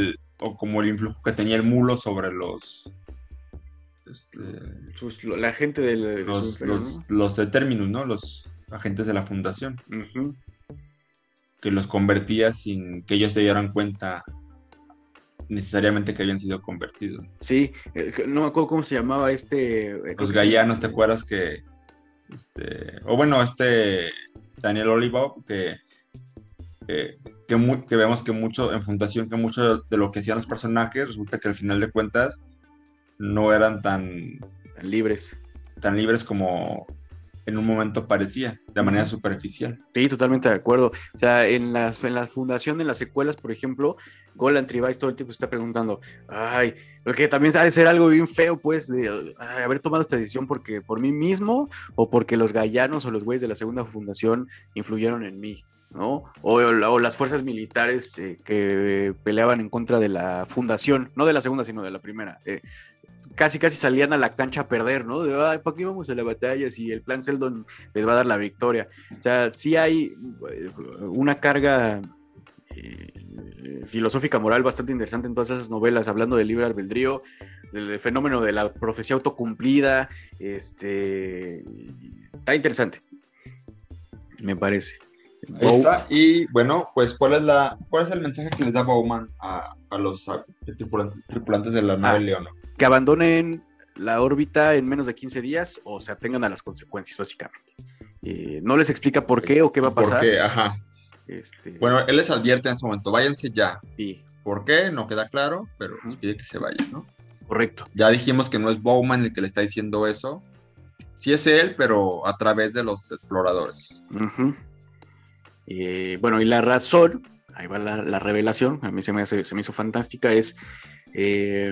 o como el influjo que tenía el mulo sobre los este, Sus- la gente del, de los, su inferior, los, ¿no? los de términos, ¿no? Los agentes de la fundación, Ujú. que los convertía sin que ellos se dieran cuenta necesariamente que habían sido convertidos. Sí, eh, no me acuerdo cómo se llamaba este. eh, creo Los que se gallanos, ¿te llama- acuerdas que este, o bueno, este Daniel Olivo, que, que, que, mu- que vemos que mucho en Fundación, que mucho de lo que hacían los personajes, resulta que al final de cuentas no eran tan, Tan libres. tan libres como en un momento parecía, de manera Ujú. superficial. Sí, totalmente de acuerdo. O sea, en las, en la fundación, en las secuelas, por ejemplo, Golan Tribais todo el tiempo está preguntando, ay, porque también ha de ser algo bien feo, pues, de ay, haber tomado esta decisión porque por mí mismo o porque los gallanos o los güeyes de la segunda fundación influyeron en mí, ¿no? O, o las fuerzas militares eh, que peleaban en contra de la fundación, no de la segunda, sino de la primera. Eh, casi casi salían a la cancha a perder, ¿no? De, ay, ¿para qué vamos a la batalla si el plan Seldon les va a dar la victoria? O sea, sí hay eh, una carga eh, filosófica moral bastante interesante en todas esas novelas, hablando del libre albedrío, del fenómeno de la profecía autocumplida, este, está interesante, me parece. Ahí está. Y bueno, pues, ¿cuál es la, cuál es el mensaje que les da Bowman a, a los a- tripulantes, tripulantes de la nave Ah, Leona? que abandonen la órbita en menos de quince días o se atengan a las consecuencias, básicamente. Eh, no les explica por qué o qué va a pasar. Porque, ajá. Este, Bueno, él les advierte en ese momento, váyanse ya. sí. ¿Por qué? No queda claro, pero Uh-huh. les pide que se vayan, ¿no? Correcto. Ya dijimos que no es Bowman el que le está diciendo eso. Sí es él, pero a través de los exploradores. Uh-huh. Eh, bueno, y la razón, ahí va la, la revelación, a mí se me, hace, se me hizo fantástica, es eh,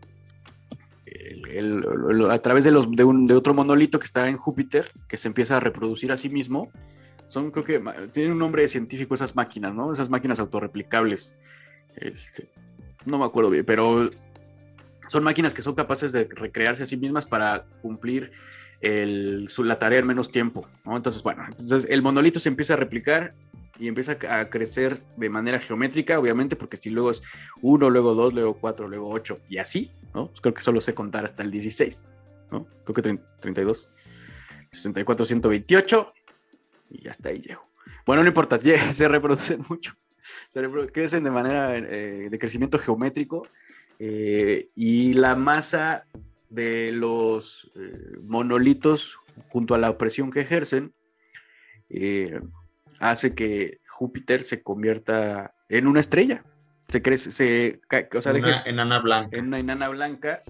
el, el, el, a través de, los, de, un, de otro monolito que está en Júpiter, que se empieza a reproducir a sí mismo. Son, creo que, tienen un nombre científico esas máquinas, ¿no? Esas máquinas autorreplicables. Este, no me acuerdo bien, pero son máquinas que son capaces de recrearse a sí mismas para cumplir el, su, la tarea en menos tiempo, ¿no? Entonces, bueno, entonces el monolito se empieza a replicar y empieza a crecer de manera geométrica, obviamente, porque si luego es uno, luego dos, luego cuatro, luego ocho, y así, ¿no? Pues creo que solo sé contar hasta el dieciséis, ¿no? Creo que treinta y dos, sesenta y cuatro, ciento veintiocho, y hasta ahí llego. Bueno, no importa, se reproducen mucho, se reproducen, crecen de manera eh, de crecimiento geométrico, eh, y la masa de los eh, monolitos junto a la presión que ejercen eh, hace que Júpiter se convierta en una estrella, se crece, se, o sea, una dejes, enana blanca. En una enana blanca,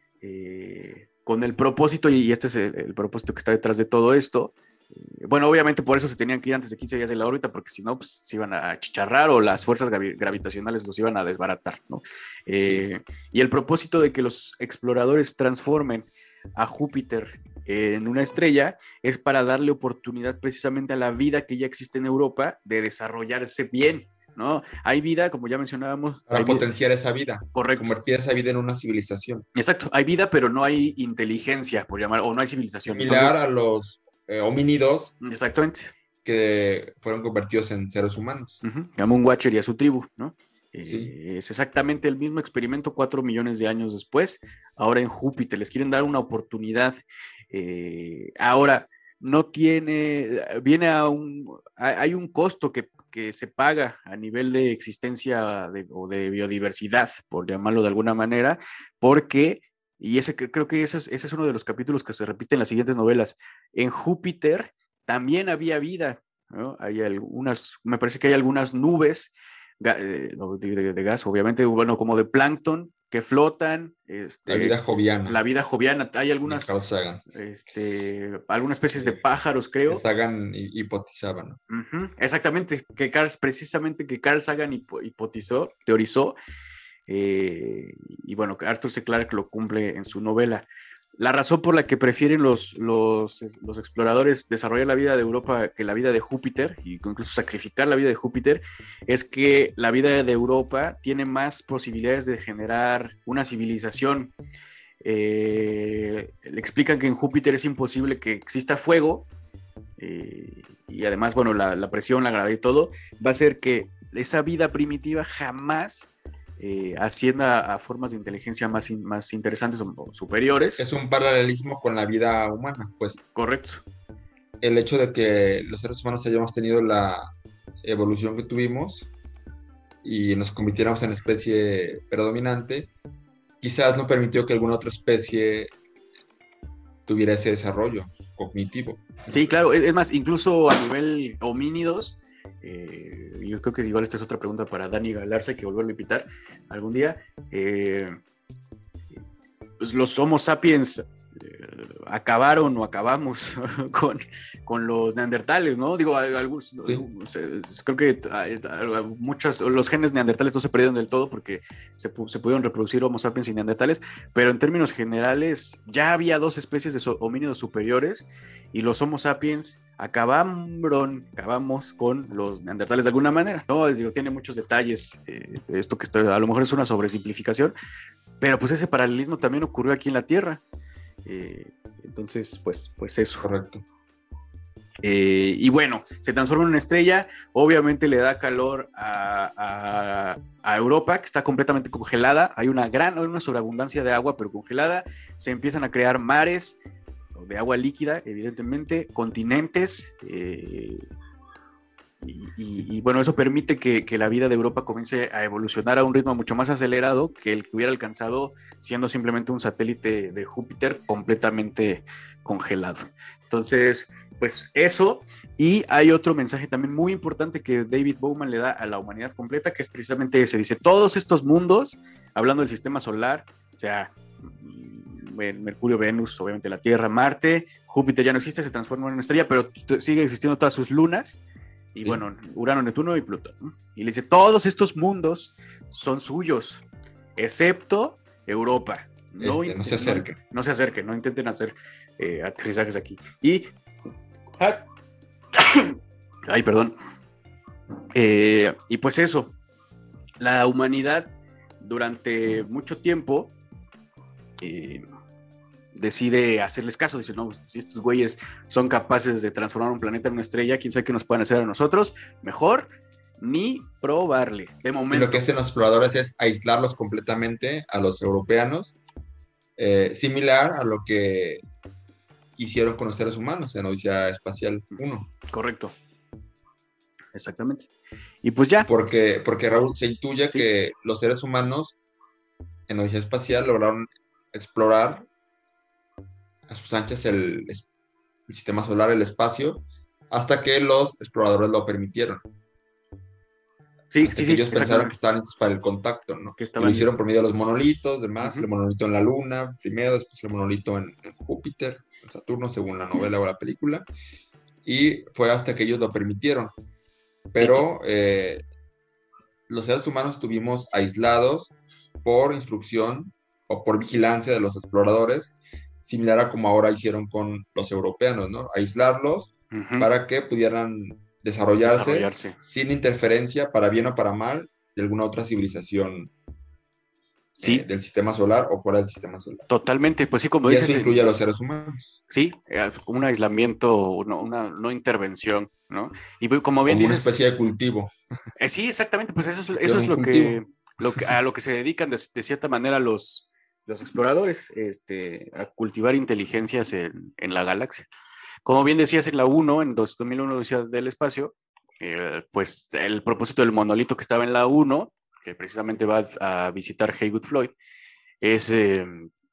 eh, con el propósito, y este es el, el propósito que está detrás de todo esto. Bueno, obviamente por eso se tenían que ir antes de quince días de la órbita, porque si no, pues se iban a chicharrar o las fuerzas gravi- gravitacionales los iban a desbaratar, ¿no? Eh, sí. Y el propósito de que los exploradores transformen a Júpiter en una estrella es para darle oportunidad precisamente a la vida que ya existe en Europa de desarrollarse bien, ¿no? Hay vida, como ya mencionábamos. Para hay potenciar vida. esa vida. Correcto. Convertir esa vida en una civilización. Exacto, hay vida, pero no hay inteligencia, por llamar, o no hay civilización. Similar Entonces, a los eh, homínidos. Exactamente. Que fueron convertidos en seres humanos. Uh-huh. A Moonwatcher y a su tribu, ¿no? Sí. Eh, es exactamente el mismo experimento cuatro millones de años después, ahora en Júpiter. Les quieren dar una oportunidad. Eh, ahora, no tiene, viene a un, hay un costo que, que se paga a nivel de existencia de, o de biodiversidad, por llamarlo de alguna manera, porque, y ese creo que ese es, ese es uno de los capítulos que se repite en las siguientes novelas, en Júpiter también había vida, ¿no? Hay algunas, me parece que hay algunas nubes de, de, de gas, obviamente, bueno, como de plancton que flotan. Este, la vida joviana. La vida joviana. Hay algunas, este, algunas especies de pájaros, creo. Que Sagan hipotizaba, ¿no? Uh-huh, exactamente, que Carl, precisamente que Carl Sagan hipotizó, teorizó, eh, y bueno, Arthur C. Clarke lo cumple en su novela. La razón por la que prefieren los, los, los exploradores desarrollar la vida de Europa que la vida de Júpiter, y incluso sacrificar la vida de Júpiter, es que la vida de Europa tiene más posibilidades de generar una civilización. Eh, le explican que en Júpiter es imposible que exista fuego, eh, y además, bueno, la, la presión, la gravedad y todo, va a hacer que esa vida primitiva jamás eh, ascienda a formas de inteligencia más, in, más interesantes o, o superiores. Es un paralelismo con la vida humana, pues. Correcto. El hecho de que los seres humanos hayamos tenido la evolución que tuvimos y nos convirtiéramos en especie predominante, quizás no permitió que alguna otra especie tuviera ese desarrollo cognitivo. Sí, claro, es más, incluso a nivel homínidos, eh, yo creo que igual esta es otra pregunta para Dani Galarza, hay que volverlo a invitar algún día. Eh, pues los Homo sapiens eh, acabaron o acabamos con, con los neandertales, ¿no? Digo, algunos, sí. Creo que muchos, los genes neandertales no se perdieron del todo porque se, se pudieron reproducir Homo sapiens y neandertales, pero en términos generales ya había dos especies de homínidos superiores y los Homo sapiens acabaron, acabamos con los neandertales de alguna manera, ¿no? Digo, tiene muchos detalles, eh, esto que estoy, a lo mejor es una sobresimplificación, pero pues ese paralelismo también ocurrió aquí en la Tierra. Eh, entonces, pues, pues eso. Correcto. Eh, y bueno, se transforma en una estrella, obviamente le da calor a, a, a Europa, que está completamente congelada, hay una gran, una sobreabundancia de agua, pero congelada, se empiezan a crear mares de agua líquida, evidentemente, continentes, eh, y, y, y bueno, eso permite que, que la vida de Europa comience a evolucionar a un ritmo mucho más acelerado que el que hubiera alcanzado siendo simplemente un satélite de Júpiter completamente congelado. Entonces, pues eso, y hay otro mensaje también muy importante que David Bowman le da a la humanidad completa, que es precisamente ese, dice, todos estos mundos, hablando del sistema solar, o sea, Mercurio, Venus, obviamente la Tierra, Marte, Júpiter ya no existe, se transforma en una estrella, pero sigue existiendo todas sus lunas, y sí. Bueno, Urano, Neptuno y Plutón, ¿no? Y le dice, todos estos mundos son suyos, excepto Europa. No, este, no se acerquen. No, no se acerquen, no intenten hacer eh, aterrizajes aquí. Y... Ay, perdón. Eh, y pues eso, la humanidad durante mucho tiempo eh, decide hacerles caso, dice, no, si estos güeyes son capaces de transformar un planeta en una estrella, quién sabe qué nos pueden hacer a nosotros, mejor ni probarle, de momento. Y lo que hacen los exploradores es aislarlos completamente a los europeanos, eh, similar a lo que hicieron con los seres humanos en Odisea Espacial uno. Correcto. Exactamente. Y pues ya. Porque, porque Raúl, se intuye sí. que los seres humanos en Odisea Espacial lograron explorar a sus anchas el, el sistema solar, el espacio, hasta que los exploradores lo permitieron. Sí, hasta sí, que sí, ellos pensaron que estaban listos para el contacto, ¿no? Que y lo hicieron por medio de los monolitos, demás, uh-huh. El monolito en la Luna, primero, después el monolito en, en Júpiter, en Saturno, según la novela o la película, y fue hasta que ellos lo permitieron. Pero sí. eh, los seres humanos estuvimos aislados por instrucción o por vigilancia de los exploradores, similar a como ahora hicieron con los europeanos, ¿no? Aislarlos uh-huh. para que pudieran desarrollarse, desarrollarse sin interferencia, para bien o para mal, de alguna otra civilización sí. eh, del sistema solar o fuera del sistema solar. Totalmente, pues sí, como y dices. Eso incluye a los seres humanos. Sí, un aislamiento, una, una no intervención, ¿no? Y como bien como dices. Una especie de cultivo. Eh, sí, exactamente, pues eso es, eso es lo, que, lo que a lo que se dedican de, de cierta manera los, los exploradores, este, a cultivar inteligencias en, en la galaxia. Como bien decías en la uno, en dos mil uno, Odisea del Espacio, eh, pues el propósito del monolito que estaba en la uno, que precisamente va a visitar Haywood Floyd, es eh,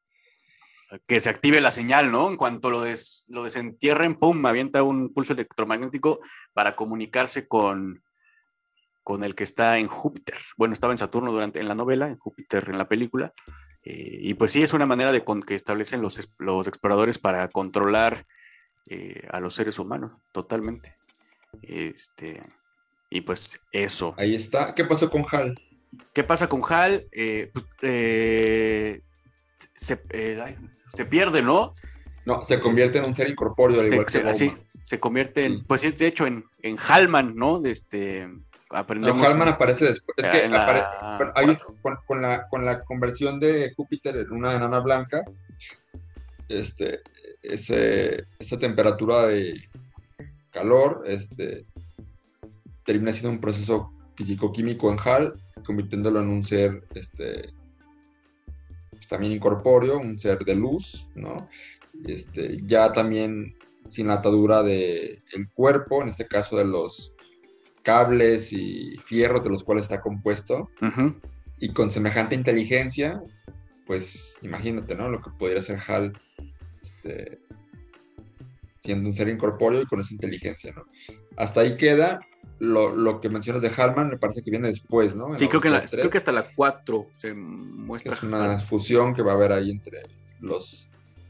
que se active la señal, ¿no? En cuanto lo, des, lo desentierren, pum, avienta un pulso electromagnético para comunicarse con, con el que está en Júpiter. Bueno, estaba en Saturno durante, en la novela, en Júpiter en la película, eh, y pues sí, es una manera de con, que establecen los, los exploradores para controlar Eh, a los seres humanos, totalmente. Este, y pues eso. Ahí está. ¿Qué pasó con Hal? ¿Qué pasa con Hal? Eh, pues, eh, se, eh, se pierde, ¿no? No, se convierte en un ser incorpóreo, al igual se, que así, se convierte en, sí. Pues de hecho, en, en Halman, ¿no? Este, aprendemos. No, Halman en, aparece después. Es que la, apare, bueno, hay, con, con, la, con la conversión de Júpiter en una enana blanca, este, ese, esa temperatura de calor este, termina siendo un proceso físico-químico en Hal, convirtiéndolo en un ser este, pues, también incorpóreo, un ser de luz, ¿no? Este, ya también sin la atadura del cuerpo, en este caso de los cables y fierros de los cuales está compuesto, uh-huh. y con semejante inteligencia, pues imagínate, ¿no? Lo que podría ser Hal, este, siendo un ser incorpóreo y con esa inteligencia, ¿no? Hasta ahí queda. Lo, lo que mencionas de Hallman me parece que viene después, ¿no? En Sí, la creo que, la, tres, creo que hasta la cuatro se que muestra. es una fusión que va a haber ahí entre los,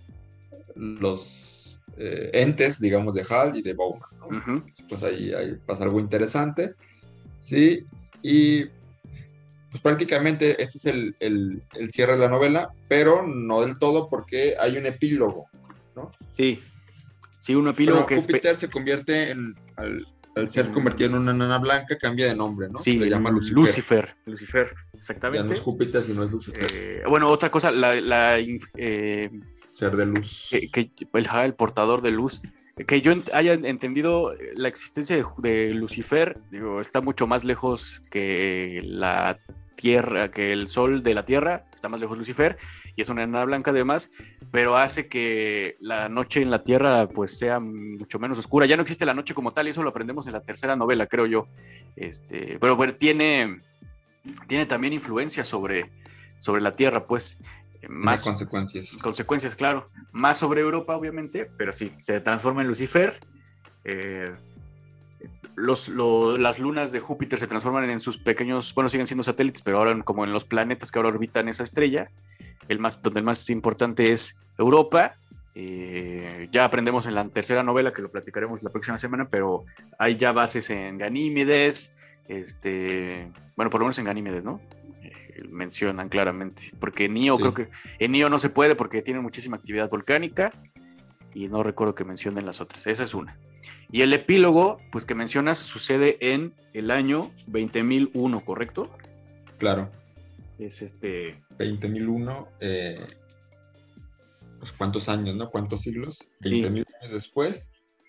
los eh, entes, digamos, de Hal y de Bowman, ¿no? Uh-huh. Pues ahí, ahí pasa algo interesante, ¿sí? Y pues prácticamente ese es el, el, el cierre de la novela, pero no del todo porque hay un epílogo, ¿no? Sí, sí, un epílogo Bueno, que Júpiter es... se convierte en... Al, al ser convertido en una nana blanca, cambia de nombre, ¿no? Sí, Se le llama Lucifer. Lucifer. Lucifer, exactamente. Ya no es Júpiter, sino es Lucifer. Eh, bueno, otra cosa, la, la eh, ser de luz. Que, que el, el portador de luz. Que yo haya entendido la existencia de, de Lucifer, digo, está mucho más lejos que la Tierra, que el Sol de la Tierra, está más lejos Lucifer, y es una enana blanca además, pero hace que la noche en la Tierra pues sea mucho menos oscura. Ya no existe la noche como tal, y eso lo aprendemos en la tercera novela, creo yo. Este, pero, pero tiene, tiene también influencia sobre, sobre la Tierra, pues. Más tiene consecuencias. Consecuencias, claro. Más sobre Europa, obviamente, pero sí, se transforma en Lucifer. Eh, los, lo, las lunas de Júpiter se transforman en sus pequeños, bueno, siguen siendo satélites, pero ahora como en los planetas que ahora orbitan esa estrella. El más, donde el más importante es Europa. Eh, ya aprendemos en la tercera novela, que lo platicaremos la próxima semana, pero hay ya bases en Ganímedes, este, bueno, por lo menos en Ganímedes, ¿no? Eh, mencionan claramente, porque en Io, sí. Creo que en Io no se puede porque tiene muchísima actividad volcánica, y no recuerdo que mencionen las otras. Esa es una. Y el epílogo, pues que mencionas, sucede en el año veinte mil uno, ¿correcto? Claro. Es este... veinte mil uno, eh, pues cuántos años, ¿no? ¿Cuántos siglos? veinte mil sí. años después,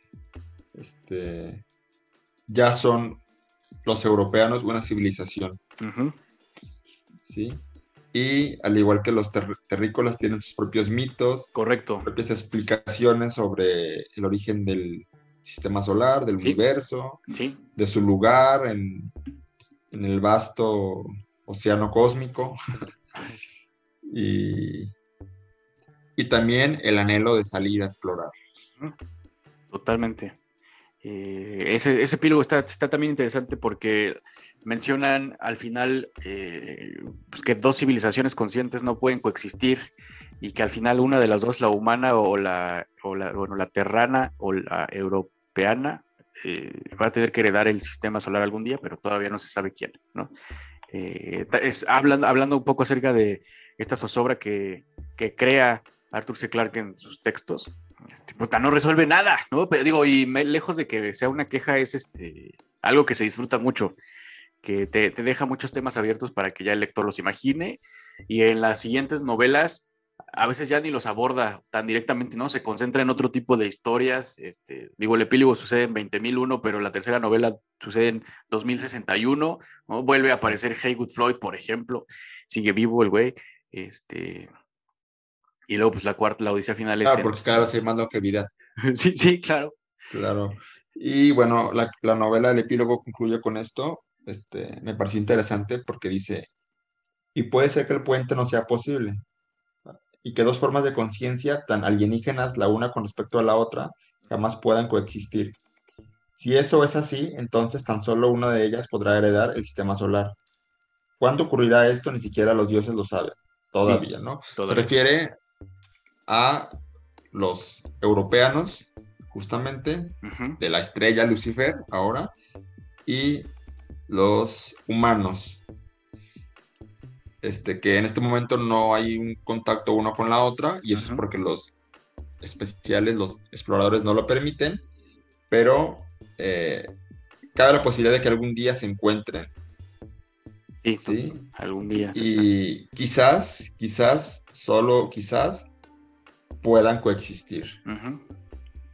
este, ya son los europeanos una civilización. Uh-huh. ¿Sí? Y al igual que los ter- terrícolas tienen sus propios mitos, correcto, sus propias explicaciones sobre el origen del sistema solar, del ¿sí? universo, ¿sí? de su lugar en, en el vasto océano cósmico. y, y también el anhelo de salir a explorar. Totalmente. Eh, ese, ese epílogo está, está también interesante porque mencionan al final eh, pues que dos civilizaciones conscientes no pueden coexistir, y que al final una de las dos, la humana o la, o la, bueno, la terrana o la europeana, eh, va a tener que heredar el sistema solar algún día, pero todavía no se sabe quién, ¿no? Eh, es, hablando, hablando un poco acerca de esta zozobra que, que crea Arthur C. Clarke en sus textos. Este, puta, no resuelve nada, ¿no? Pero digo, y me, lejos de que sea una queja, es este algo que se disfruta mucho, que te, te deja muchos temas abiertos para que ya el lector los imagine, y en las siguientes novelas a veces ya ni los aborda tan directamente, ¿no? Se concentra en otro tipo de historias. Este, digo, el epílogo sucede en veinte mil uno, pero la tercera novela sucede en dos mil sesenta y uno, ¿no? Vuelve a aparecer Haywood Floyd, por ejemplo, sigue vivo el güey, este... Y luego, pues, la cuarta, la odisea final es... Ah, porque cada vez hay más longevidad. sí, sí, claro. Claro. Y bueno, la, la novela, el epílogo concluye con esto. Este, me pareció interesante porque dice, y puede ser que el puente no sea posible, y que dos formas de conciencia tan alienígenas la una con respecto a la otra jamás puedan coexistir. Si eso es así, entonces tan solo una de ellas podrá heredar el sistema solar. ¿Cuándo ocurrirá esto? Ni siquiera los dioses lo saben. Todavía, ¿no? Todavía. Se refiere a los europeanos, justamente, uh-huh. de la estrella Lucifer ahora, y los humanos, este, que en este momento no hay un contacto uno con la otra, y eso uh-huh. es porque los especiales, los exploradores no lo permiten, pero eh, cabe la posibilidad de que algún día se encuentren. Sí, ¿sí? Algún día. Y quizás, quizás, solo quizás, puedan coexistir. Uh-huh.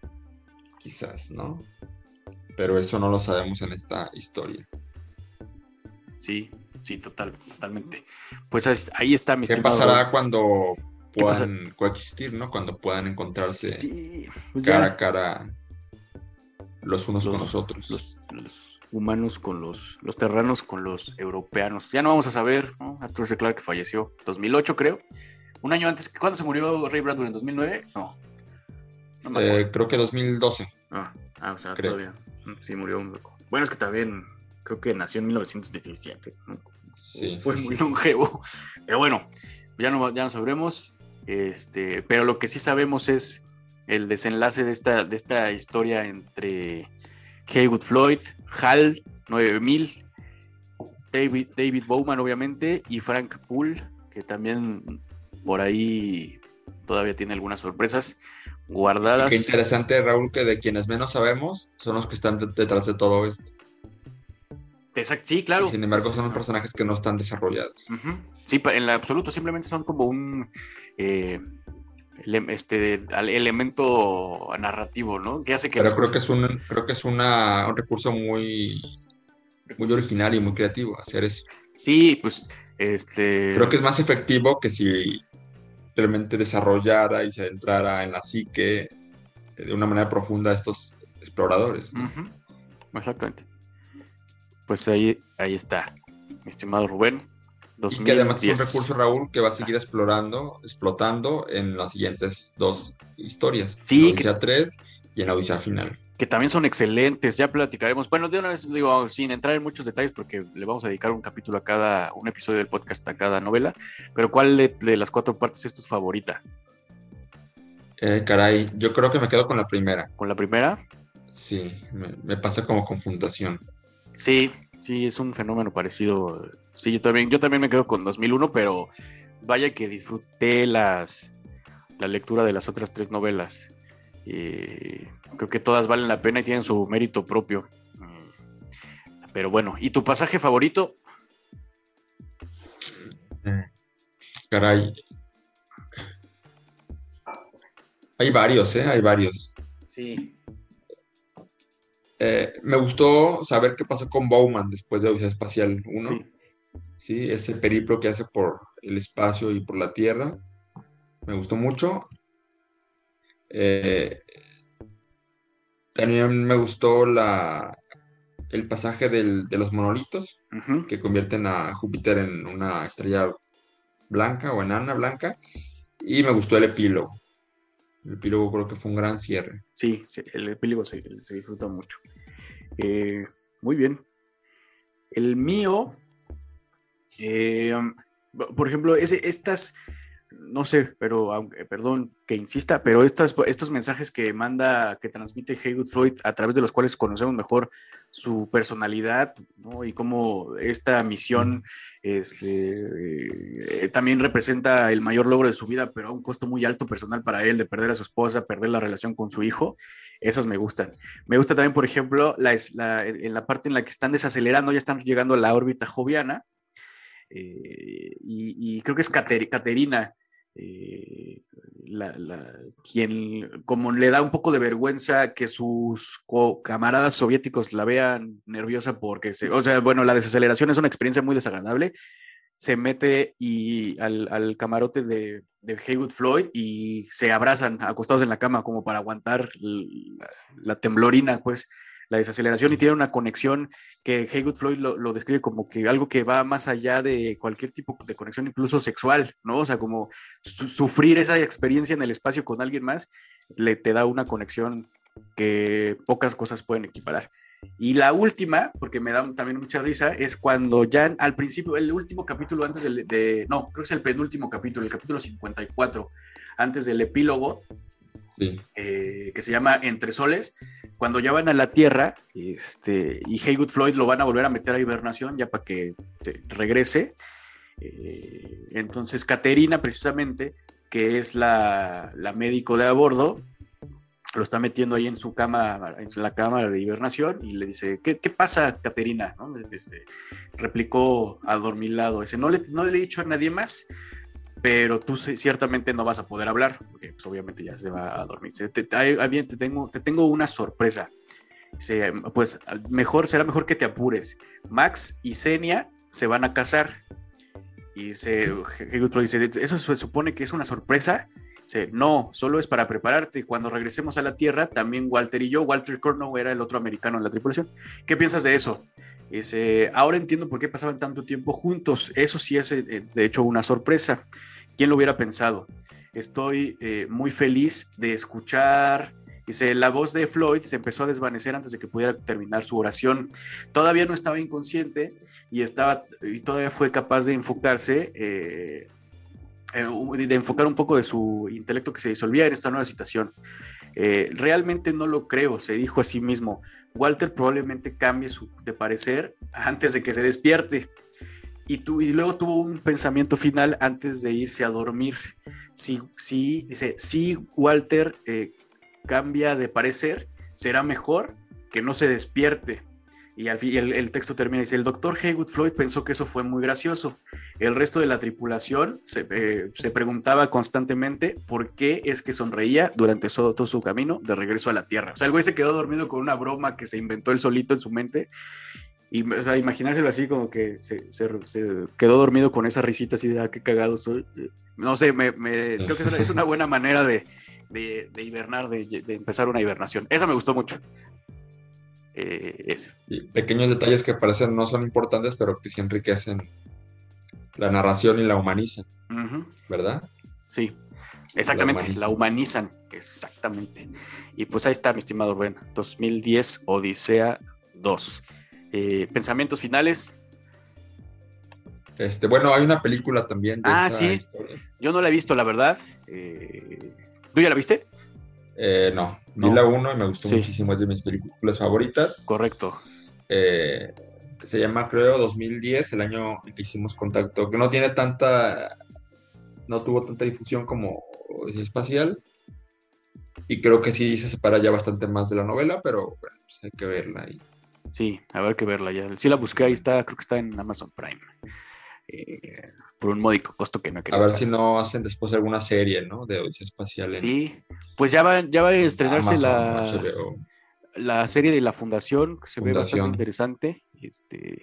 Quizás, ¿no? Pero eso no lo sabemos en esta historia. Sí, sí, total, totalmente. Pues ahí está mi ¿Qué estimado pasará Raúl. cuando ¿Qué pasa? puedan coexistir, ¿no? Cuando puedan encontrarse Sí, pues cara ya a cara los unos con los, los otros. los, los humanos con los, los terranos con los europeanos. Ya no vamos a saber, ¿no? Arthur C. Clarke falleció en dos mil ocho, creo. Un año antes. ¿Cuándo se murió Ray Bradbury? ¿En dos mil nueve? No, no me acuerdo. Eh, creo que dos mil doce. Ah, ah, o sea, Creo. todavía. Sí, murió un loco. Bueno, es que también creo que nació en mil novecientos diecisiete, ¿no? Sí. Fue muy longevo. Pero bueno, ya no, ya no sabremos. Este, pero lo que sí sabemos es el desenlace de esta, de esta historia entre Haywood Floyd, Hal nueve mil, David, David Bowman, obviamente, y Frank Poole, que también por ahí todavía tiene algunas sorpresas guardadas. Y qué interesante, Raúl, que de quienes menos sabemos son los que están de- detrás de todo esto. Exacto, sí, claro. Y sin embargo, son los personajes que no están desarrollados. Uh-huh. Sí, en lo absoluto, simplemente son como un eh, ele- este, elemento narrativo, ¿no? Que hace que Pero las creo cosas... que es un, creo que es una, un recurso muy, muy original y muy creativo hacer eso. Sí, pues, este... Creo que es más efectivo que si realmente desarrollara y se adentrara en la psique de una manera profunda a estos exploradores, ¿no? Uh-huh. Exactamente. Pues ahí, ahí está, mi estimado Rubén. dos mil diez. Y que además es un recurso, Raúl, que va a seguir explorando, explotando en las siguientes dos historias, Sí, en Odisea tres y en la Odisea Final. Que también son excelentes, ya platicaremos. Bueno, de una vez digo, sin entrar en muchos detalles, porque le vamos a dedicar un capítulo a cada, un episodio del podcast a cada novela, pero ¿cuál de, de las cuatro partes es tu favorita? Eh, caray, yo creo que me quedo con la primera. ¿Con la primera? Sí, me, me pasa como con Fundación. Sí, sí, es un fenómeno parecido. Sí, yo también, yo también me quedo con dos mil uno, pero vaya que disfruté las, la lectura de las otras tres novelas. Eh, creo que todas valen la pena y tienen su mérito propio. Pero bueno, ¿y tu pasaje favorito? Caray. Hay varios, ¿eh? Hay varios. Sí. Eh, me gustó saber qué pasó con Bowman después de Odisea Espacial uno. Sí. Sí, ese periplo que hace por el espacio y por la Tierra. Me gustó mucho. Eh, también me gustó la, el pasaje del- de los monolitos, Uh-huh. que convierten a Júpiter en una estrella blanca o enana blanca. Y me gustó el epílogo. El epílogo creo que fue un gran cierre. Sí, sí, el epílogo se, se disfruta mucho. Eh, muy bien. El mío, eh, por ejemplo, ese, estas, no sé, pero aunque, perdón que insista, pero estas, estos mensajes que manda, que transmite Haywood Floyd, a través de los cuales conocemos mejor su personalidad, ¿no? Y cómo esta misión este, eh, también representa el mayor logro de su vida, pero a un costo muy alto personal para él, de perder a su esposa, perder la relación con su hijo. Esas me gustan. Me gusta también, por ejemplo, la, la, en la parte en la que están desacelerando, ya están llegando a la órbita joviana, eh, y, y creo que es Cater, Caterina, eh, la, la, quien como le da un poco de vergüenza que sus camaradas soviéticos la vean nerviosa porque, se, o sea, bueno, la desaceleración es una experiencia muy desagradable, se mete y al, al camarote de, de Haywood Floyd y se abrazan acostados en la cama como para aguantar la, la temblorina, pues, la desaceleración, y tiene una conexión que Haywood Floyd lo, lo describe como que algo que va más allá de cualquier tipo de conexión, incluso sexual, ¿no? O sea, como su, sufrir esa experiencia en el espacio con alguien más, le te da una conexión que pocas cosas pueden equiparar. Y la última, porque me da también mucha risa, es cuando ya al principio, el último capítulo antes de, de no, creo que es el penúltimo capítulo, el capítulo cincuenta y cuatro, antes del epílogo, sí. eh, que se llama Entre Soles, cuando ya van a la Tierra, este, y Haywood Floyd lo van a volver a meter a hibernación ya para que se regrese. Eh, entonces Caterina, precisamente, que es la, la médico de a bordo, lo está metiendo ahí en su cama, en la cámara de hibernación, y le dice, ¿qué, qué pasa, Caterina? ¿No? Este, replicó adormilado, dice, no le, no le he dicho a nadie más, pero tú ciertamente no vas a poder hablar, porque pues, obviamente ya se va a dormir. Te, te, te, te, tengo, te tengo una sorpresa. Dice, pues mejor, será mejor que te apures. Max y Xenia se van a casar. Y dice, Haywood Floyd dice, ¿eso se supone que es una sorpresa? Dice, no, solo es para prepararte. Cuando regresemos a la Tierra, también Walter y yo, Walter Kurnow era el otro americano en la tripulación. ¿Qué piensas de eso? Dice, ahora entiendo por qué pasaban tanto tiempo juntos. Eso sí es, eh, de hecho, una sorpresa. ¿Quién lo hubiera pensado? Estoy eh, muy feliz de escuchar. Dice, la voz de Floyd se empezó a desvanecer antes de que pudiera terminar su oración. Todavía no estaba inconsciente y, estaba, y todavía fue capaz de enfocarse, eh, de enfocar un poco de su intelecto que se disolvía en esta nueva situación. Eh, realmente no lo creo, se dijo a sí mismo. Walter probablemente cambie su, de parecer antes de que se despierte. Y, tu, y luego tuvo un pensamiento final antes de irse a dormir. Si, si, dice, si Walter eh, cambia de parecer, será mejor que no se despierte. Y, al, y el, el texto termina, dice, el doctor Haywood Floyd pensó que eso fue muy gracioso. El resto de la tripulación se, eh, se preguntaba constantemente por qué es que sonreía durante todo, todo su camino de regreso a la Tierra. O sea, el güey se quedó dormido con una broma que se inventó él solito en su mente. Y, o sea, imaginárselo así como que se, se, se quedó dormido con esa risita así de, ah, qué cagado soy. No sé, me, me, creo que es una, es una buena manera de, de, de hibernar, de, de empezar una hibernación. Esa me gustó mucho. Eh, eso. Y pequeños detalles que parecen no son importantes, pero que sí enriquecen la narración y la humanizan, Uh-huh. ¿verdad? Sí, exactamente, La la humanizan. la humanizan, exactamente. Y pues ahí está, mi estimado Rubén, dos mil diez Odisea dos. Eh, ¿Pensamientos finales? Este, bueno, hay una película también de Ah, esta sí, historia. yo no la he visto, la verdad. Eh, ¿Tú ya la viste? Eh, no, vi No. la uno y me gustó Sí. muchísimo, es de mis películas favoritas. Correcto. Eh, se llama, creo, dos mil diez, el año en que hicimos contacto, que no tiene tanta, no tuvo tanta difusión como Odisea Espacial, y creo que sí se separa ya bastante más de la novela, pero bueno, pues hay que verla. Y... Sí, a ver que verla ya. Sí la busqué, ahí está, creo que está en Amazon Prime. Eh, por un módico costo que no he A querido ver pagar. si no hacen después alguna serie, ¿no? De Odisea Espacial en Sí, pues ya va, ya va a estrenarse Amazon o la, H B O. la serie de la Fundación, que se ve bastante Fundación. interesante. Este,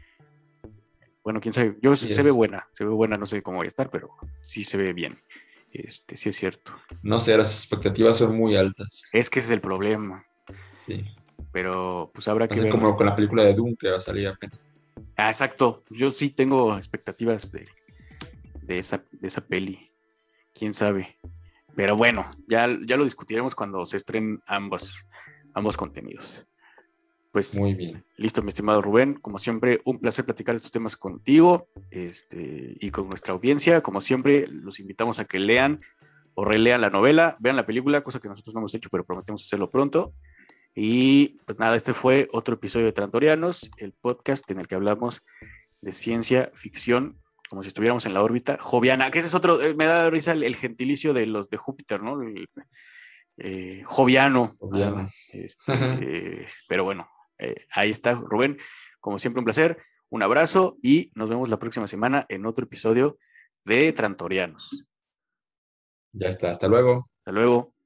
bueno, quién sabe, yo Así se ve es. buena, se ve buena, no sé cómo voy a estar, pero sí se ve bien. Este, sí es cierto. No sé, las expectativas son muy altas. Es que ese es el problema, Sí. pero pues habrá que Así verla. como con la película de Doom que va a salir apenas. Ah, exacto, yo sí tengo expectativas de, de, esa, de esa peli, quién sabe. Pero bueno, ya, ya lo discutiremos cuando se estrenen ambos, ambos contenidos. Pues Muy bien. listo, mi estimado Rubén, como siempre, un placer platicar estos temas contigo este, y con nuestra audiencia. Como siempre, los invitamos a que lean o relean la novela, vean la película, cosa que nosotros no hemos hecho, pero prometemos hacerlo pronto. Y pues nada, este fue otro episodio de Trantorianos, el podcast en el que hablamos de ciencia ficción, como si estuviéramos en la órbita joviana, que ese es otro, eh, me da risa el, el gentilicio de los de Júpiter, ¿no? El, eh, joviano. Obviamente. Ah, este, pero bueno, eh, ahí está, Rubén. Como siempre, un placer, un abrazo y nos vemos la próxima semana en otro episodio de Trantorianos. Ya está, hasta luego. Hasta luego.